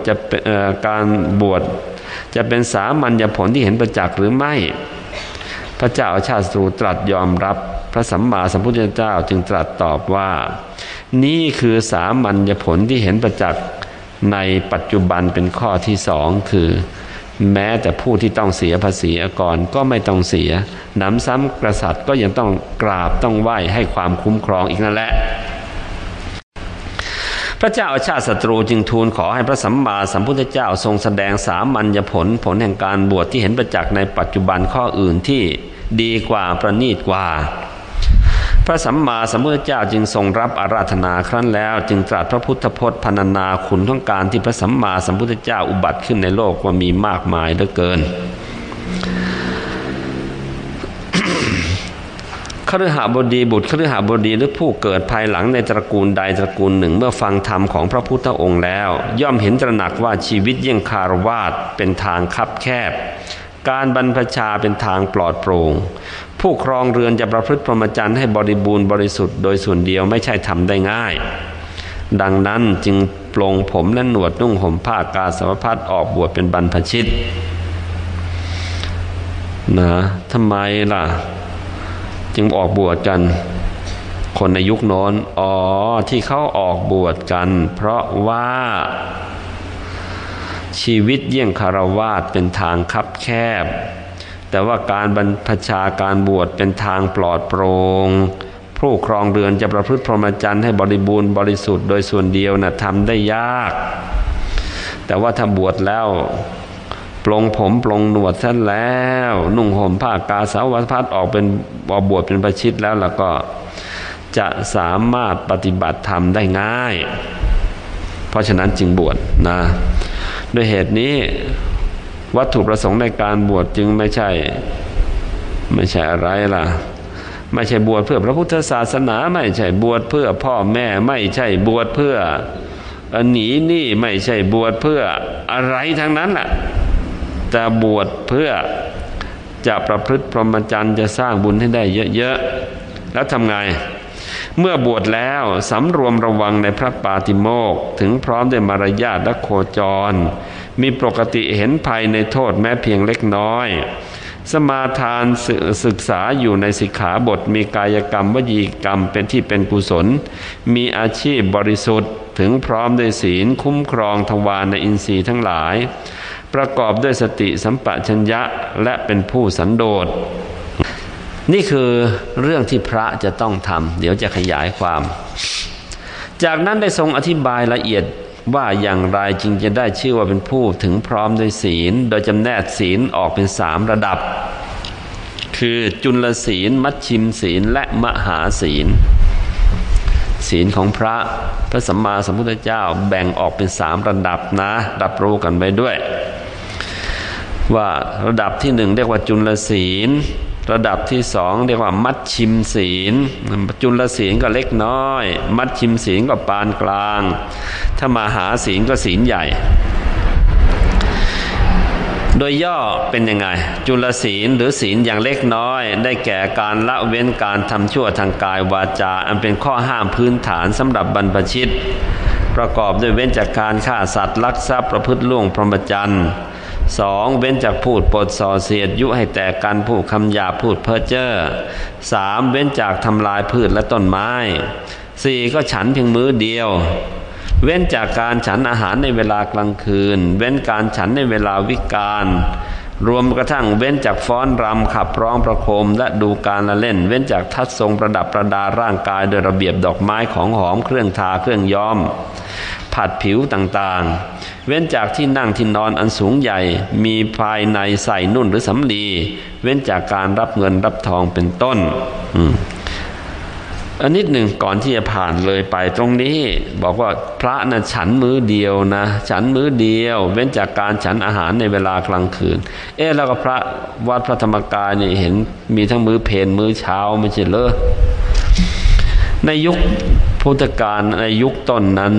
จะเป็นสามัญญผลที่เห็นประจักษ์หรือไม่พระเจ้าอาชาติศัตรูตรัสยอมรับพระสัมมาสัมพุทธเจ้าจึงตรัสตอบว่านี่คือสามัญญผลที่เห็นประจักษ์ในปัจจุบันเป็นข้อที่2คือแม้แต่ผู้ที่ต้องเสียภาษีอากรก็ไม่ต้องเสียหนำซ้ำกษัตริย์ก็ยังต้องกราบต้องไหว้ให้ความคุ้มครองอีกนั่นแหละพระเจ้าอาชาติศัตรูจึงทูลขอให้พระสัมมาสัมพุทธเจ้าทรงแสดงสามัญญผลแห่งการบวชที่เห็นประจักษ์ในปัจจุบันข้ออื่นที่ดีกว่าประณีตกว่าพระสัมมาสัมพุทธเจ้าจึงทรงรับอาราธนาครั้นแล้วจึงตรัสพระพุทธพจน์พรรณนาคุณของการที่พระสัมมาสัมพุทธเจ้าอุบัติขึ้นในโลกว่ามีมากมายเหลือเกิน คฤหบดีบุตรคฤหบดีหรือผู้เกิดภายหลังในตระกูลใดตระกูลหนึ่งเมื่อฟังธรรมของพระพุทธองค์แล้วย่อมเห็นตระหนักว่าชีวิตเยี่ยงคฤหัสถ์เป็นทางคับแคบการบรรพชาเป็นทางปลอดโปร่งผู้ครองเรือนจะประพฤติพรหมจรรย์ให้บริบูรณ์บริสุทธิ์โดยส่วนเดียวไม่ใช่ทำได้ง่ายดังนั้นจึงปลงผมและหนวดนุ่งห่มผ้ากาสาวพัสออกบวชเป็นบรรพชิตนะทำไมล่ะจึงออกบวชกันคนในยุคโน้นที่เขาออกบวชกันเพราะว่าชีวิตเยี่ยงคฤหัสถ์เป็นทางคับแคบแต่ว่าการบรรพชาการบวชเป็นทางปลอดโปร่งผู้ครองเรือนจะประพฤติพรหมจรรย์ให้บริบูรณ์บริสุทธิ์โดยส่วนเดียวทำได้ยากแต่ว่าถ้าบวชแล้วปลงผมปลงหนวดท่านแล้วนุ่งห่มผ้ากาสาวพัสออกบวชเป็นประชิตแล้วก็จะสามารถปฏิบัติธรรมได้ง่ายเพราะฉะนั้นจึงบวชนะด้วยเหตุนี้วัตถุประสงค์ในการบวชจึงไม่ใช่อะไรล่ะไม่ใช่บวชเพื่อพระพุทธศาสนาไม่ใช่บวชเพื่อพ่อแม่ไม่ใช่บวชเพื่อหนีหนี้ไม่ใช่บวชเพื่ออะไรทั้งนั้นแหละแต่บวชเพื่อจะประพฤติพรหมจรรย์จะสร้างบุญให้ได้เยอะๆแล้วทำไงเมื่อบวชแล้วสำรวมระวังในพระปาติโมกข์ถึงพร้อมด้วยมารยาทและโคจรมีปกติเห็นภัยในโทษแม้เพียงเล็กน้อยสมาทานศึกษาอยู่ในสิกขาบทมีกายกรรมวจีกรรมเป็นที่เป็นกุศลมีอาชีพบริสุทธิ์ถึงพร้อมด้วยศีลคุ้มครองทวารในอินทรีย์ทั้งหลายประกอบด้วยสติสัมปชัญญะและเป็นผู้สันโดษนี่คือเรื่องที่พระจะต้องทำเดี๋ยวจะขยายความจากนั้นได้ทรงอธิบายละเอียดว่าอย่างไรจึงจะได้ชื่อว่าเป็นผู้ถึงพร้อมด้วยศีลโดยจำแนกศีลออกเป็น3ระดับคือจุลศีลมัชชิมศีลและมหาศีลศีลของพระสัมมาสัมพุทธเจ้าแบ่งออกเป็น3ระดับนะรับรู้กันไปด้วยว่าระดับที่1เรียกว่าจุลศีลระดับที่2เรียกว่ามัชชิมศีลจุลศีลก็เล็กน้อยมัชชิมศีลก็ปานกลางถ้ามหาศีลก็ศีลใหญ่โดยย่อเป็นยังไงจุลศีลหรือศีลอย่างเล็กน้อยได้แก่การละเว้นการทำชั่วทางกายวาจาอันเป็นข้อห้ามพื้นฐานสำหรับบรรพชิตประกอบด้วยเว้นจากการฆ่าสัตว์ลักทรัพย์ประพฤติล่วงพรหมจรรย์2เว้นจากพูดปดส่อเสียดยุให้แตกกันพูดคำหยาบพูดเพ้อเจ้อ3เว้นจากทำลายพืชและต้นไม้4ก็ฉันเพียงมื้อเดียวเว้นจากการฉันอาหารในเวลากลางคืนเว้นการฉันในเวลาวิกาลรวมกระทั่งเว้นจากฟ้อนรำขับร้องประโคมและดูการละเล่นเว้นจากทัดทรงประดับประดาร่างกายโดยระเบียบดอกไม้ของหอมเครื่องทาเครื่องย้อมผัดผิวต่างๆเว้นจากที่นั่งที่นอนอันสูงใหญ่มีภายในใส่นุ่นหรือสำลีเว้นจากการรับเงินรับทองเป็นต้นอันนิดหนึ่งก่อนที่จะผ่านเลยไปตรงนี้บอกว่าพระน่ะฉันมื้อเดียวนะฉันมื้อเดียวเว้นจากการฉันอาหารในเวลากลางคืนแล้วก็พระวัดพระธรรมกายนี่เห็นมีทั้งมื้อเพลมื้อเช้าไม่ใช่เหรอในยุคพุทธกาลในยุคต้นนั้น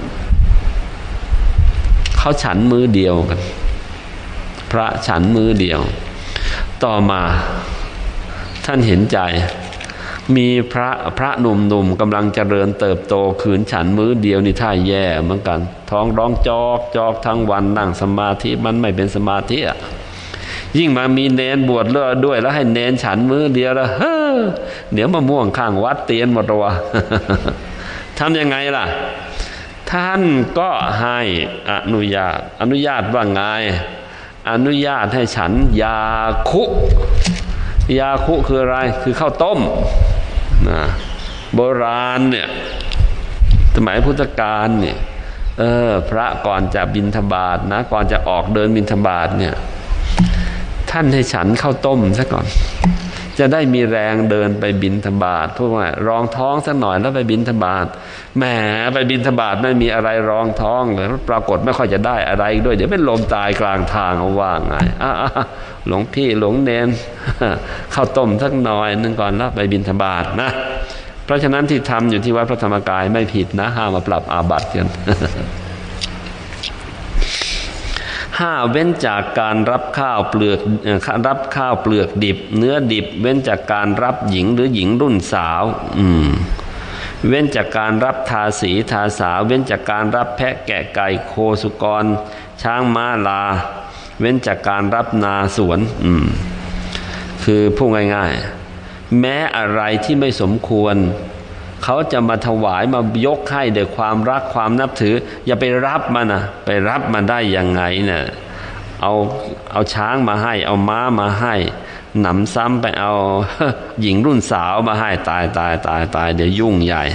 เขาฉันมื้อเดียวกันพระฉันมื้อเดียวต่อมาท่านเห็นใจมีพระหนุ่มๆกำลังเจริญเติบโตขืนฉันมื้อเดียวนี่ท่าแย่เหมือนกันท้องร้องจอกทั้งวันนั่งสมาธิมันไม่เป็นสมาธิยิ่งมามีเนนบวชเลือดด้วยแล้วให้เนนฉันมื้อเดียวแล้วเดี๋ยวมะม่วงข้างวัดเตียนหมดตัวทำยังไงล่ะท่านก็ให้อนุญาตว่าไงอนุญาตให้ฉันยาคุคืออะไรคือข้าวต้มนะโบราณเนี่ยสมัยพุทธกาลเนี่ยพระก่อนจะบิณฑบาตนะก่อนจะออกเดินบิณฑบาตเนี่ยท่านให้ฉันข้าวต้มซะก่อนจะได้มีแรงเดินไปบิณฑบาตพวกว่ารองท้องสักหน่อยแล้วไปบิณฑบาตแหมไปบิณฑบาตไม่มีอะไรรองท้องเลยปรากฏไม่ค่อยจะได้อะไรด้วยเดี๋ยวเป็นลมตายกลางทางเอาว่าไงหลวงพี่หลวงเนนข้าวต้มสักหน่อยนึงก่อนแล้วไปบิณฑบาตนะเพราะฉะนั้นที่ทำอยู่ที่วัดพระธรรมกายไม่ผิดนะห้ามมาปรับอาบัติกัน5เว้นจากการรับข้าวเปลือกดิบเนื้อดิบเว้นจากการรับหญิงหรือหญิงรุ่นสาวเว้นจากการรับทาสีทาสาวเว้นจากการรับแพะแกะไก่โคสุกรช้างม้าลาเว้นจากการรับนาสวนคือพูดง่ายๆแม้อะไรที่ไม่สมควรเขาจะมาถวายมายกให้ด้วยความรักความนับถืออย่าไปรับมันนะไปรับมันได้ยังไงเนี่ยเอาช้างมาให้เอาม้ามาให้หนำซ้ำไปเอาหญิงรุ่นสาวมาให้ตายเดี๋ยวยุ่งใหญ่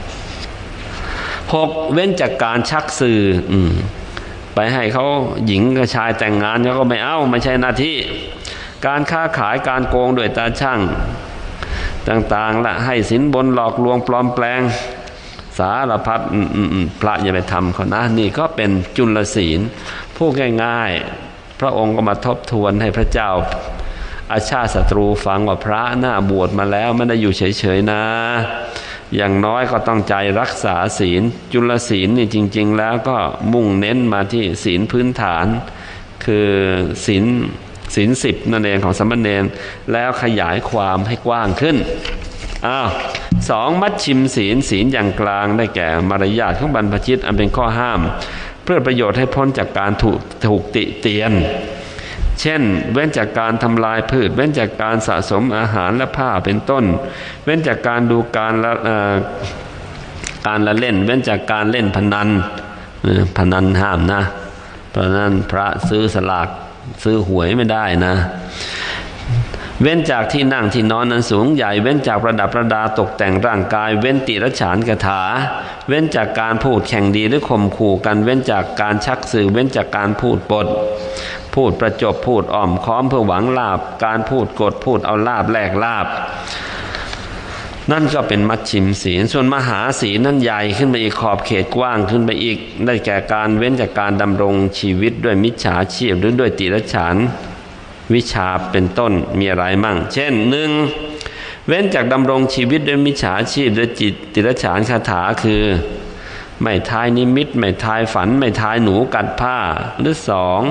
6เว้นจากการชักสื่อไปให้เขาหญิงกับชายแต่งงานเขาก็ไม่เอาไม่ใช่หน้าที่การค้าขายการโกงด้วยตาช่างต่างๆละให้สินบนหลอกลวงปลอมแปลงสารพัดพระอย่าไปทำเขานะนี่ก็เป็นจุลศีลพูดง่ายๆพระองค์ก็มาทบทวนให้พระเจ้าอาชาติศัตรูฟังว่าพระหน้าบวชมาแล้วไม่ได้อยู่เฉยๆนะอย่างน้อยก็ต้องใจรักษาศีลจุลศีลนี่จริงๆแล้วก็มุ่งเน้นมาที่ศีลพื้นฐานคือศีล10นั่นเองของสมณเณรแล้วขยายความให้กว้างขึ้น2มัชชิมศีลอย่างกลางได้แก่มารยาทของบรรพชิตอันเป็นข้อห้ามเพื่อประโยชน์ให้พ้นจากการถูกติเตียนเช่นเว้นจากการทำลายพืชเว้นจากการสะสมอาหารและผ้าเป็นต้นเว้นจากการดูการละเล่นเว้นจากการเล่นพนันห้ามนะเพราะนั้นพระซื้อสลากซื้อหวยไม่ได้นะเว้นจากที่นั่งที่นอนนั้นสูงใหญ่เว้นจากประดับประดาตกแต่งร่างกายเว้นติรฉานคาถาเว้นจากการพูดแข่งดีหรือข่มขู่กันเว้นจากการชักสื่อเว้นจากการพูดปดพูดประจบพูดอ้อมค้อมเพื่อหวังลาภการพูดกดพูดเอาลาภแลกลาภนั่นก็เป็นมัชชิมศีลส่วนมหาศีลนั่นใหญ่ขึ้นไปอีกขอบเขตกว้างขึ้นไปอีกได้แก่การเว้นจากการดำรงชีวิตด้วยมิจฉาชีพหรือด้วยติรฉานวิชาเป็นต้นมีอะไรมั่งเช่น1เว้นจากดำรงชีวิตด้วยมิจฉาชีพด้วยติรฉานคาถาคือไม่ทายนิมิตไม่ทายฝันไม่ทายหนูกัดผ้าหรือ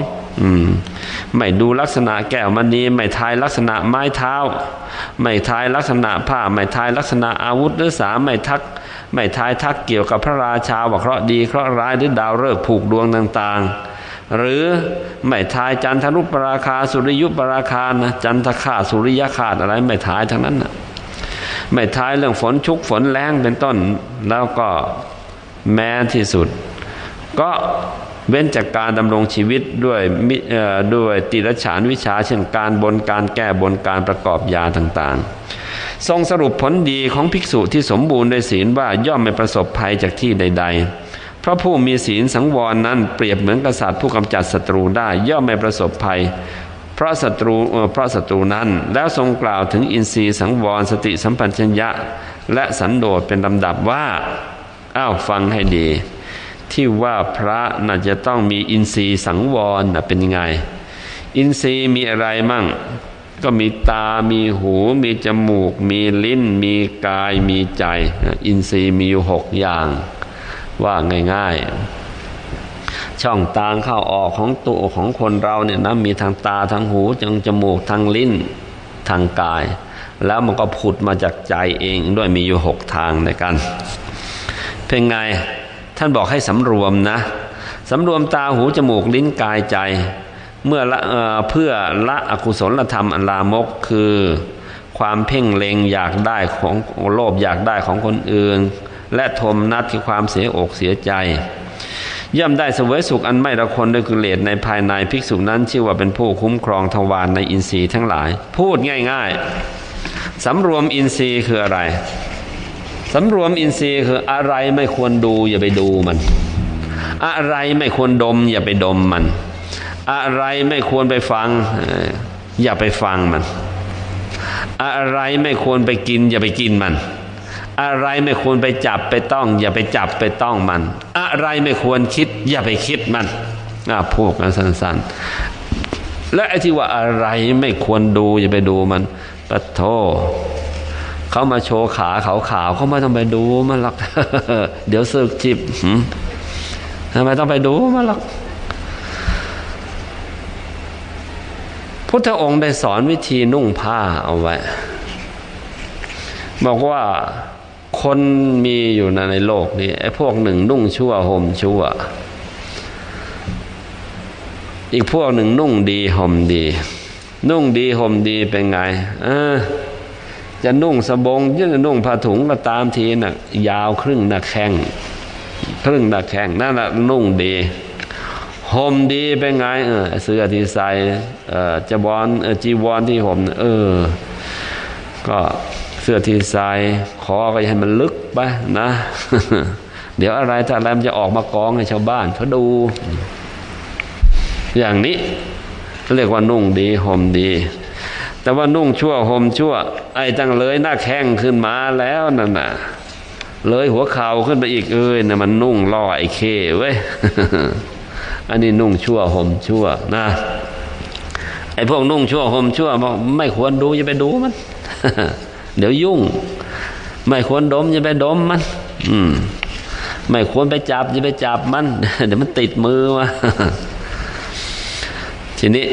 2ไม่ดูลักษณะแก้วมณีไม่ทายลักษณะไม้เท้าไม่ทายลักษณะผ้าไม่ทายลักษณะอาวุธหรือ3ไม่ทายทักเกี่ยวกับพระราชาว่าเคราะห์ดีเคราะห์ร้ายหรือดาวฤกษ์ผูกดวงต่างๆหรือไม่ทายจันทรุปราคาสุริยุปราคานะจันทคาสุริยคาอะไรไม่ทายทั้งนั้นนะไม่ทายเรื่องฝนชุกฝนแรงเป็นต้นแล้วก็แม้ที่สุดก็เว้นจากการดำรงชีวิตด้วยติรฉานวิชาเช่นการบนการแก้บนการประกอบยาต่างๆทรงสรุปผลดีของภิกษุที่สมบูรณ์ด้วยศีลว่าย่อมไม่ประสบภัยจากที่ใดๆเพราะผู้มีศีลสังวรนั้นเปรียบเหมือนกษัตริย์ผู้กำจัดศัตรูได้ย่อมไม่ประสบภัยเพราะศัตรูนั้นแล้วทรงกล่าวถึงอินทรีย์สังวรสติสัมปชัญญะและสันโดษเป็นลำดับว่าฟังให้ดีที่ว่าพระน่าจะต้องมีอินทรีย์สังวรเป็นยังไงอินทรีย์มีอะไรมั่งก็มีตามีหูมีจมูกมีลิ้นมีกายมีใจอินทรีย์มีอยู่6อย่างว่าง่ายๆช่องทางเข้าออกของตัวของคนเราเนี่ยนะมีทางตาทางหูทางจมูกทางลิ้นทางกายแล้วมันก็ผุดมาจากใจเองด้วยมีอยู่6ทางในกันเป็นไงท่านบอกให้สำรวมนะสำรวมตาหูจมูกลิ้นกายใจเพื่อละอกุศลธรรมอันลามกคือความเพ่งเล็งอยากได้ของโลภอยากได้ของคนอื่นและโทมนัสคือความเสียอกเสียใจย่อมได้เสวยสุขอันไม่ละคนด้วยกิเลสในภายในภิกษุนั้นชื่อว่าเป็นผู้คุ้มครองทวารในอินทรีย์ทั้งหลายพูดง่ายๆสำรวมอินทรีย์คืออะไรสำรวมอินทรีย์คืออะไรไม่ควรดูอย่าไปดูมันอะไรไม่ควรดมอย่าไปดมมันอะไรไม่ควรไปฟังอย่าไปฟังมันอะไรไม่ควรไปกินอย่าไปกินมันอะไรไม่ควรไปจับไปต้องอย่าไปจับไปต้องมันอะไรไม่ควรคิดอย่าไปคิดมันพูดกันสั้นๆและไอ้ที่ว่าอะไรไม่ควรดูอย่าไปดูมันปะโถเขามาโชว์ขาขาวๆเขาไม่ต้องไปดูมันหรอก เดี๋ยวสึกจิบทำไมต้องไปดูมันหรอกพุทธองค์ได้สอนวิธีนุ่งผ้าเอาไว้บอกว่าคนมีอยู่ในโลกนี้ไอ้พวกหนึ่งนุ่งชั่วห่มชั่วอีกพวกหนึ่งนุ่งดีห่มดีนุ่งดีห่มดีเป็นไงจะนุ่งสบงจะนุ่งผ้าถุงก็ตามทีน่ะยาวครึ่งหน้าแข้งนั่นแหละนุ่งดีห่มดีเป็นไงเสื้อที่ใส่จีวรที่ห่มก็เสื้อที่ใส่คอก็ให้มันลึกไปนะ เดี๋ยวอะไรถ้าอะไรมันจะออกมากองให้ชาวบ้านเขาดูอย่างนี้เรียกว่านุ่งดีห่มดีแต่ว่านุ่งชั่วห่มชั่วไอ้ตั้งเลยหน้าแข้งขึ้นมาแล้วนั่นน่ะเลยหัวเข่าขึ้นไปอีกน่ะมันนุ่งล่อไอ้เคเว้ย อันนี้นุ่งชั่วห่มชั่วนะไอ้พวกนุ่งชั่วห่มชั่วบอกไม่ควรดูอย่าไปดูมัน เดี๋ยวยุ่งไม่ควรดมอย่าไปดมมันไม่ควรไปจับอย่าไปจับมัน เดี๋ยวมันติดมือมา ทีนี้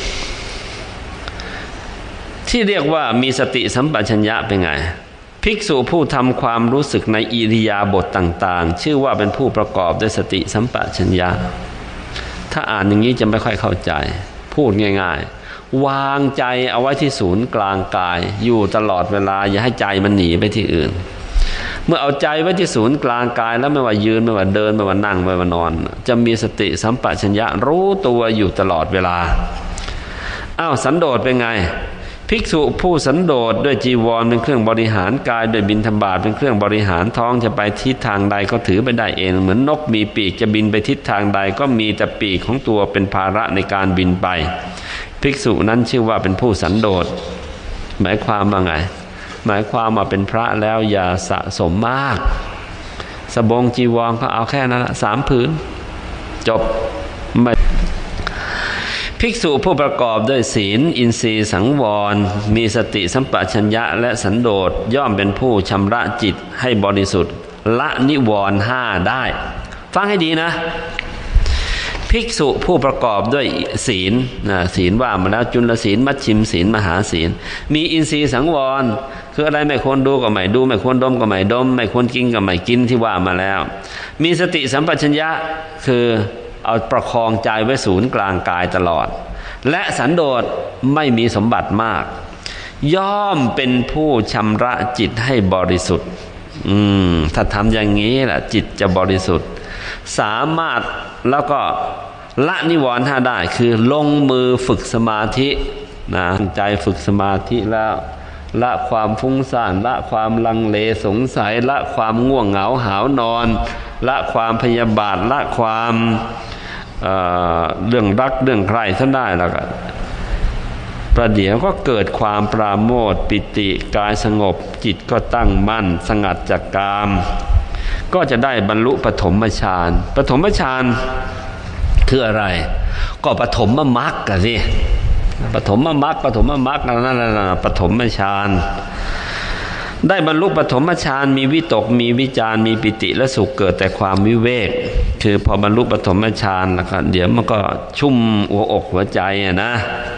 ที่เรียกว่ามีสติสัมปชัญญะเป็นไงภิกษุผู้ทำความรู้สึกในอิริยาบถต่างๆชื่อว่าเป็นผู้ประกอบด้วยสติสัมปชัญญะถ้าอ่านอย่างนี้จะไม่ค่อยเข้าใจพูดง่ายๆวางใจเอาไว้ที่ศูนย์กลางกายอยู่ตลอดเวลาอย่าให้ใจมันหนีไปที่อื่นเมื่อเอาใจไว้ที่ศูนย์กลางกายแล้วไม่ว่ายืนไม่ว่าเดินไม่ว่านั่งไม่ว่านอนจะมีสติสัมปชัญญะรู้ตัวอยู่ตลอดเวลาสันโดษเป็นไงภิกษุผู้สันโดษด้วยจีวรเป็นเครื่องบริหารกายด้วยบิณฑบาตเป็นเครื่องบริหารท้องจะไปทิศทางใดก็ถือไปได้เองเหมือนนกมีปีกจะบินไปทิศทางใดก็มีแต่ปีกของตัวเป็นภาระในการบินไปภิกษุนั้นชื่อว่าเป็นผู้สันโดษหมายความว่าไงหมายความว่าเป็นพระแล้วอย่าสะสมมากสบงจีวรก็เอาแค่นั้นละ3 ผืนจบไม่ภิกษุผู้ประกอบด้วยศีลอินทรีย์สังวรมีสติสัมปชัญญะและสันโดษย่อมเป็นผู้ชำระจิตให้บริสุทธิ์ละนิวรณ์5ได้ฟังให้ดีนะภิกษุผู้ประกอบด้วยศีลศีลว่ามาแล้วจุลศีลมัชฌิมศีลมหาศีลมีอินทรีย์สังวรคืออะไรไม่ควรดูก็ไม่ดูไม่ควรดมก็ไม่ดมไม่ควรกินก็ไม่กินที่ว่ามาแล้วมีสติสัมปชัญญะคือเอาประคองใจไว้ศูนย์กลางกายตลอดและสันโดษไม่มีสมบัติมากย่อมเป็นผู้ชำระจิตให้บริสุทธิ์ถ้าทำอย่างนี้ล่ะจิตจะบริสุทธิ์สามารถแล้วก็ละนิวรณ์5ได้คือลงมือฝึกสมาธินะใจฝึกสมาธิแล้วละความฟุ้งซ่านละความลังเลสงสัยละความง่วงเหงาหาวนอนละความพยาบาทละความเรื่องรักเรื่องใครท่านได้แล้วก็ประเดี๋ยวก็เกิดความปราโมทย์ปิติกายสงบจิตก็ตั้งมั่นสงัดจากกามก็จะได้บรรลุปฐมฌานปฐมฌานคืออะไรก็ปฐมมรรคกันสิปฐมมรรคนั่นปฐมฌานได้บรรลุปฐมฌานมีวิตกมีวิจารมีปิติและสุขเกิดแต่ความวิเวกคือพอบรรลุปฐมฌานแล้วก็เดี๋ยวมันก็ชุ่มหัวอกหัวใจนะ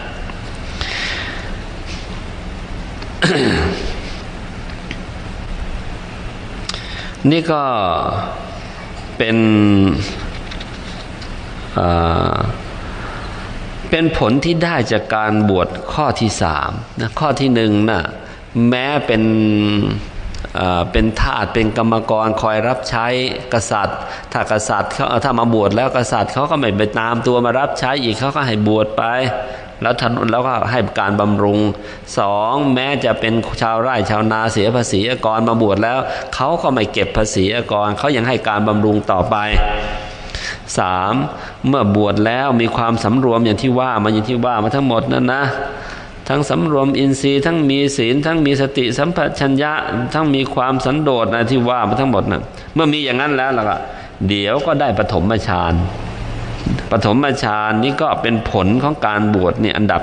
นี่ก็เป็นผลที่ได้จากการบวชข้อที่3นะข้อที่1นะแม้เป็นทาสเป็นกรรมกรคอยรับใช้กษัตริย์ถ้ากษัตริย์เขาถ้ามาบวชแล้วกษัตริย์เขาก็ไม่ไปตามตัวมารับใช้อีกเขาก็ให้บวชไปแล้วก็ให้การบำรุง2แม้จะเป็นชาวไร่ชาวนาเสียภาษีอากรมาบวชแล้วเขาก็ไม่เก็บภาษีอากรเขายังให้การบำรุงต่อไป3เมื่อบวชแล้วมีความสำรวมอย่างที่ว่ามาทั้งหมดนั่นนะทั้งสำรวมอินทรีย์ทั้งมีศีลทั้งมีสติสัมปชัญญะทั้งมีความสันโดษนะที่ว่ามาทั้งหมดนะเมื่อมีอย่างนั้นแล้วล่ะเดี๋ยวก็ได้ปฐมฌานปฐมฌานนี้ก็เป็นผลของการบวชนี่อันดับ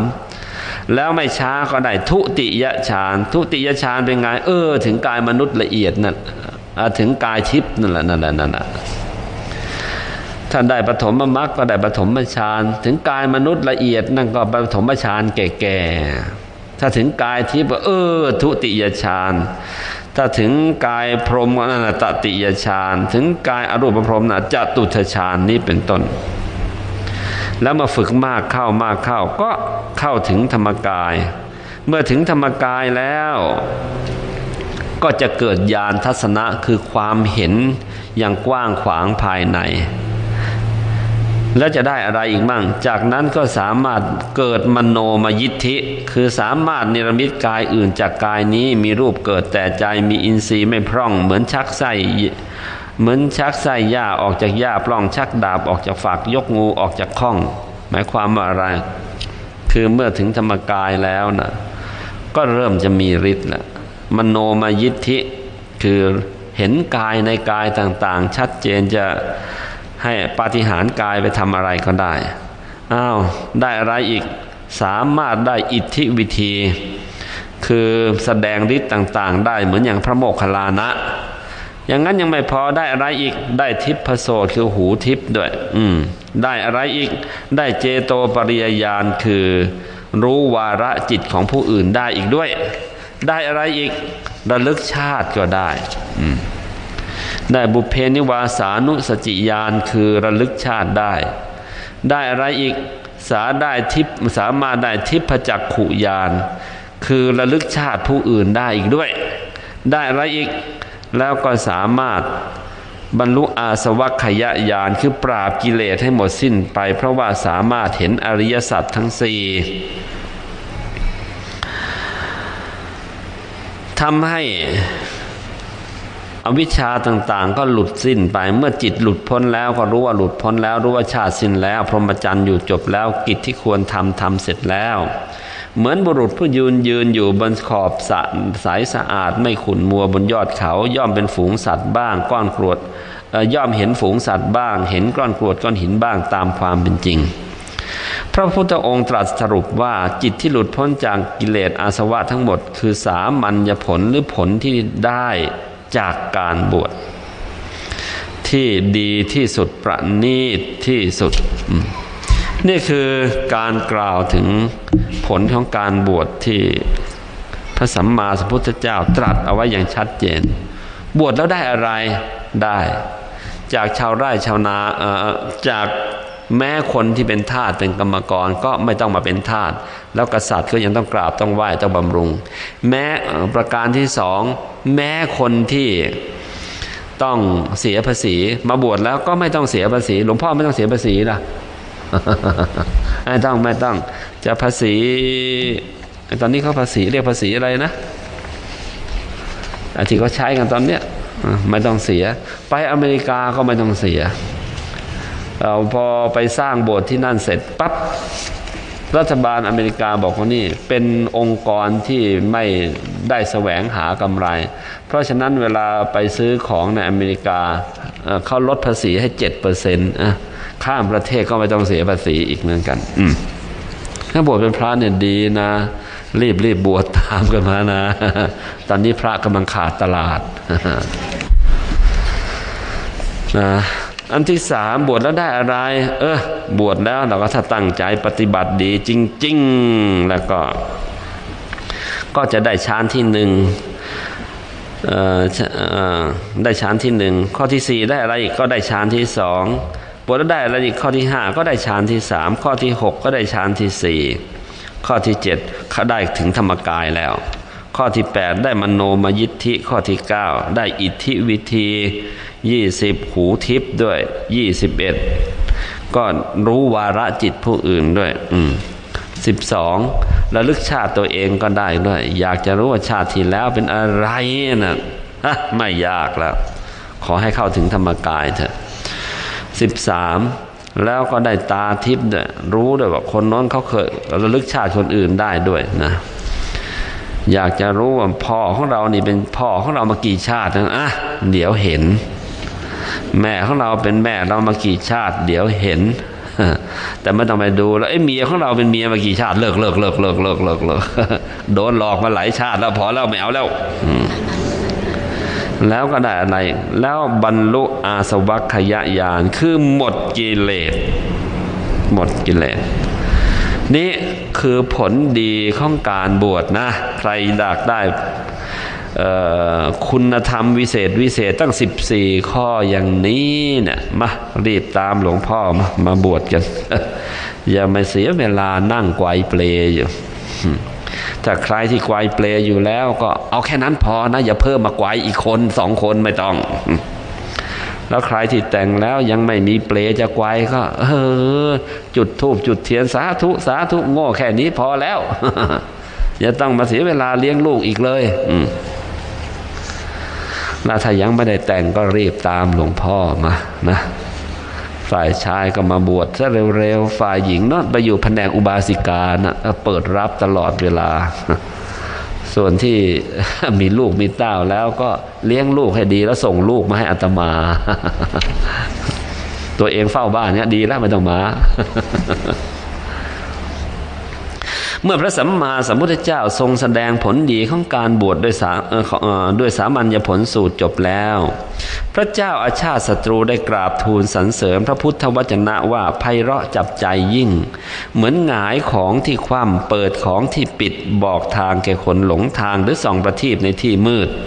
3แล้วไม่ช้าก็ได้ทุติยฌานทุติยฌานเป็นไงถึงกายมนุษย์ละเอียดนั่นถึงกายทิพย์นั่นแหละถ้าได้ปฐมมรรคก็ได้ปฐมฌานถึงกายมนุษย์ละเอียดนั่นก็ปฐมฌานแก่ๆถ้าถึงกายทิพย์ทุติยฌานถ้าถึงกายพรหมก็นั่นตติยฌานถึงกายอรูปพรหมจตุตฌานนี้เป็นต้นแล้วมาฝึกมากเข้ก็เข้าถึงธรรมกายเมื่อถึงธรรมกายแล้วก็จะเกิดญาณทัศนะคือความเห็นอย่างกว้างขวางภายในแล้วจะได้อะไรอีกมั่งจากนั้นก็สามารถเกิดมโนมยิทธิคือสามารถเนรมิตกายอื่นจากกายนี้มีรูปเกิดแต่ใจมีอินทรีย์ไม่พร่องเหมือนชักไส้หญ้าออกจากหญ้าปล้องชักดาบออกจากฝักยกงูออกจากข้องหมายความว่าอะไรคือเมื่อถึงธรรมกายแล้วนะก็เริ่มจะมีฤทธิ์ละมโนมยิทธิคือเห็นกายในกายต่างๆชัดเจนจะให้ปาฏิหาริย์กายไปทำอะไรก็ได้ได้อะไรอีกสามารถได้อิทธิวิธีคือแสดงฤทธิ์ต่างๆได้เหมือนอย่างพระโมคคัลลานะอย่างนั้นยังไม่พอได้อะไรอีกได้ทิพโสตคือหูทิพด้วยได้อะไรอีกได้เจโตปริยญาณคือรู้วาระจิตของผู้อื่นได้อีกด้วยได้อะไรอีกระลึกชาติก็ได้ได้บุพเพนิวาสานุสติญาณคือระลึกชาติได้อะไรอีกสามารถได้ทิพจักขุญาณคือระลึกชาติผู้อื่นได้อีกด้วยได้อะไรอีกแล้วก็สามารถบรรลุอาสวัคคยญาณคือปราบกิเลสให้หมดสิ้นไปเพราะว่าสามารถเห็นอริยสัจทั้ง4ทำให้อวิชชาต่างๆก็หลุดสิ้นไปเมื่อจิตหลุดพ้นแล้วก็รู้ว่าหลุดพ้นแล้วรู้ว่าชาติสิ้นแล้วพรหมจรรย์อยู่จบแล้วกิจที่ควรทำเสร็จแล้วเหมือนบุรุษผู้ยืนอยู่บนขอบสระใสสะอาดไม่ขุ่นมัวบนยอดเขาย่อมเป็นฝูงสัตว์บ้างก้อนกรวดย่อมเห็นฝูงสัตว์บ้างเห็นก้อนกรวดก้อนหินบ้างตามความเป็นจริงพระพุทธองค์ตรัสสรุปว่าจิตที่หลุดพ้นจากกิเลสอาสวะทั้งหมดคือสามัญญผลหรือผลที่ได้จากการบวชที่ดีที่สุดประณีตที่สุดนี่คือการกล่าวถึงผลของการบวชที่พระสัมมาสัมพุทธเจ้าตรัสเอาไว้อย่างชัดเจนบวชแล้วได้อะไรได้จากชาวไร่ชาวนาจากแม้คนที่เป็นทาสเป็นกรรมกรก็ไม่ต้องมาเป็นทาสแล้วกษัตริย์ก็ยังต้องกราบต้องไหว้ต้องบำรุงแม้ประการที่2แม้คนที่ต้องเสียภาษีมาบวชแล้วก็ไม่ต้องเสียภาษีหลวงพ่อไม่ต้องเสียภาษีล่ะ ไม่ต้องจะภาษีตอนนี้เขาภาษีเรียกภาษีอะไรนะที่เขาใช้กันตอนเนี้ยไม่ต้องเสียไปอเมริกาก็ไม่ต้องเสียพอไปสร้างโบสถ์ที่นั่นเสร็จปั๊บรัฐบาลอเมริกาบอกว่านี่เป็นองค์กรที่ไม่ได้แสวงหากำไรเพราะฉะนั้นเวลาไปซื้อของในอเมริกาเขาลดภาษีให้ 7%ข้ามประเทศก็ไม่ต้องเสียภาษีอีกเหมือนกันถ้าบวชเป็นพระเนี่ยดีนะรีบบวชตามกันมานะตอนนี้พระกำลังขาดตลาดนะอันที่3บวชแล้วได้อะไรบวชแล้วเราก็ถ้าตั้งใจปฏิบัติดีจริงๆแล้วก็จะได้ฌานที่1ได้ฌานที่1ข้อที่4ได้อะไรอีกก็ได้ฌานที่2บวชแล้วได้อะไรอีกข้อที่5ก็ได้ฌานที่3ข้อที่6ก็ได้ฌานที่4ข้อที่7เขาได้ถึงธรรมกายแล้วข้อที่8ได้มโนมยิทธิข้อที่9ได้อิทธิวิธี20หูทิพย์ด้วย21ก็รู้วาระจิตผู้อื่นด้วย12ระลึกชาติตัวเองก็ได้ด้วยอยากจะรู้ว่าชาติที่แล้วเป็นอะไรนะไม่ยากแล้วขอให้เข้าถึงธรรมกายเถอะ13 แล้วก็ได้ตาทิพย์ด้วยรู้ด้วยว่าคนน้นเขาเคยระลึกชาติคนอื่นได้ด้วยนะอยากจะรู้ว่าพ่อของเรานี่เป็นพ่อของเรามากี่ชาตินะเดี๋ยวเห็นแม่ของเราเป็นแม่เรามากี่ชาติเดี๋ยวเห็นแต่ไม่ต้องไปดูแล้วเมียของเราเป็นเมียมากี่ชาติเลิกโดนหลอกมาหลายชาติแล้วพอแล้วไม่เอาแล้วแล้วก็ได้อะไรแล้วบรรลุอาสวัคยญาณคือหมดกิเลสนี่คือผลดีของการบวชนะใครอยากได้คุณธรรมวิเศษตั้ง14ข้ออย่างนี้เนี่ยมารีบตามหลวงพ่อมาบวชกัน อย่ามาเสียเวลานั่งไกวเปลอยู่ถ้าใครที่ไกวเปลอยู่แล้วก็เอาแค่นั้นพอนะอย่าเพิ่มมาไกวอีกคน2คนไม่ต้องแล้วใครที่แต่งแล้วยังไม่มีเปลจะไกวก็จุดธูปจุดเทียนสาธุโง่แค่นี้พอแล้ว อย่าต้องมาเสียเวลาเลี้ยงลูกอีกเลยแล้วถ้ายังไม่ได้แต่งก็รีบตามหลวงพ่อมานะฝ่ายชายก็มาบวชซะเร็วๆฝ่ายหญิงเนาะไปอยู่แผนกอุบาสิกานะเปิดรับตลอดเวลาส่วนที่มีลูกมีเต้าแล้วก็เลี้ยงลูกให้ดีแล้วส่งลูกมาให้อาตมา ตัวเองเฝ้าบ้านเนี่ยดีแล้วไม่ต้องมา เมื่อพระสัมมาสัมพุทธเจ้าทรงแสดงผลดีของการบวชด้วยสามัญญผลสูตรจบแล้วพระเจ้าอาชาติศัตรูได้กราบทูลสรรเสริญพระพุทธวจนะว่าไพเราะจับใจยิ่งเหมือนหงายของที่คว่ำเปิดของที่ปิดบอกทางแก่คนหลงทางหรือส่องประทีปในที่มืด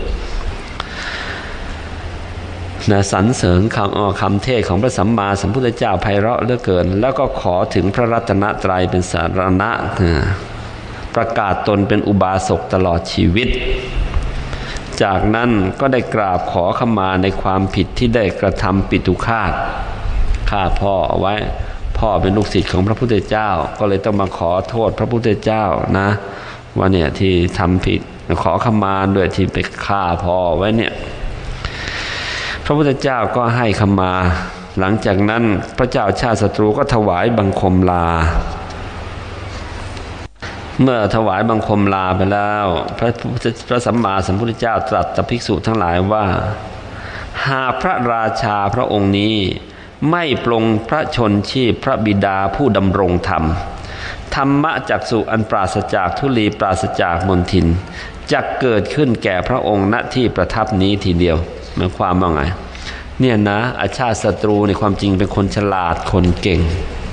สรรเสริญคำเทศของพระสัมมาสัมพุทธเจ้าไพเราะเหลือเกินแล้วก็ขอถึงพระรัตนตรัยเป็นสารณะประกาศตนเป็นอุบาสกตลอดชีวิตจากนั้นก็ได้กราบขอขมาในความผิดที่ได้กระทำปิตุฆาตฆ่าพ่อเอาไว้พ่อเป็นลูกศิษย์ของพระพุทธเจ้าก็เลยต้องมาขอโทษพระพุทธเจ้านะว่าเนี่ยที่ทำผิดขอขมาด้วยที่ไปฆ่าพ่อไว้เนี่ยพระพุทธเจ้าก็ให้ขมาหลังจากนั้นพระเจ้าชาติศัตรูก็ถวายบังคมลาเมื่อถวายบังคมลาไปแล้วพระสัมมาสัมพุทธเจ้าตรัสกับภิกษุทั้งหลายว่าหากพระราชาพระองค์นี้ไม่ปลงพระชนชีพพระบิดาผู้ดำรงธรรมธรรมจักษุอันปราศจากทุลีปราศจากมลทินจะเกิดขึ้นแก่พระองค์ณที่ประทับนี้ทีเดียวหมายความว่าไงเนี่ยนะอาชาติศัตรูในความจริงเป็นคนฉลาดคนเก่ง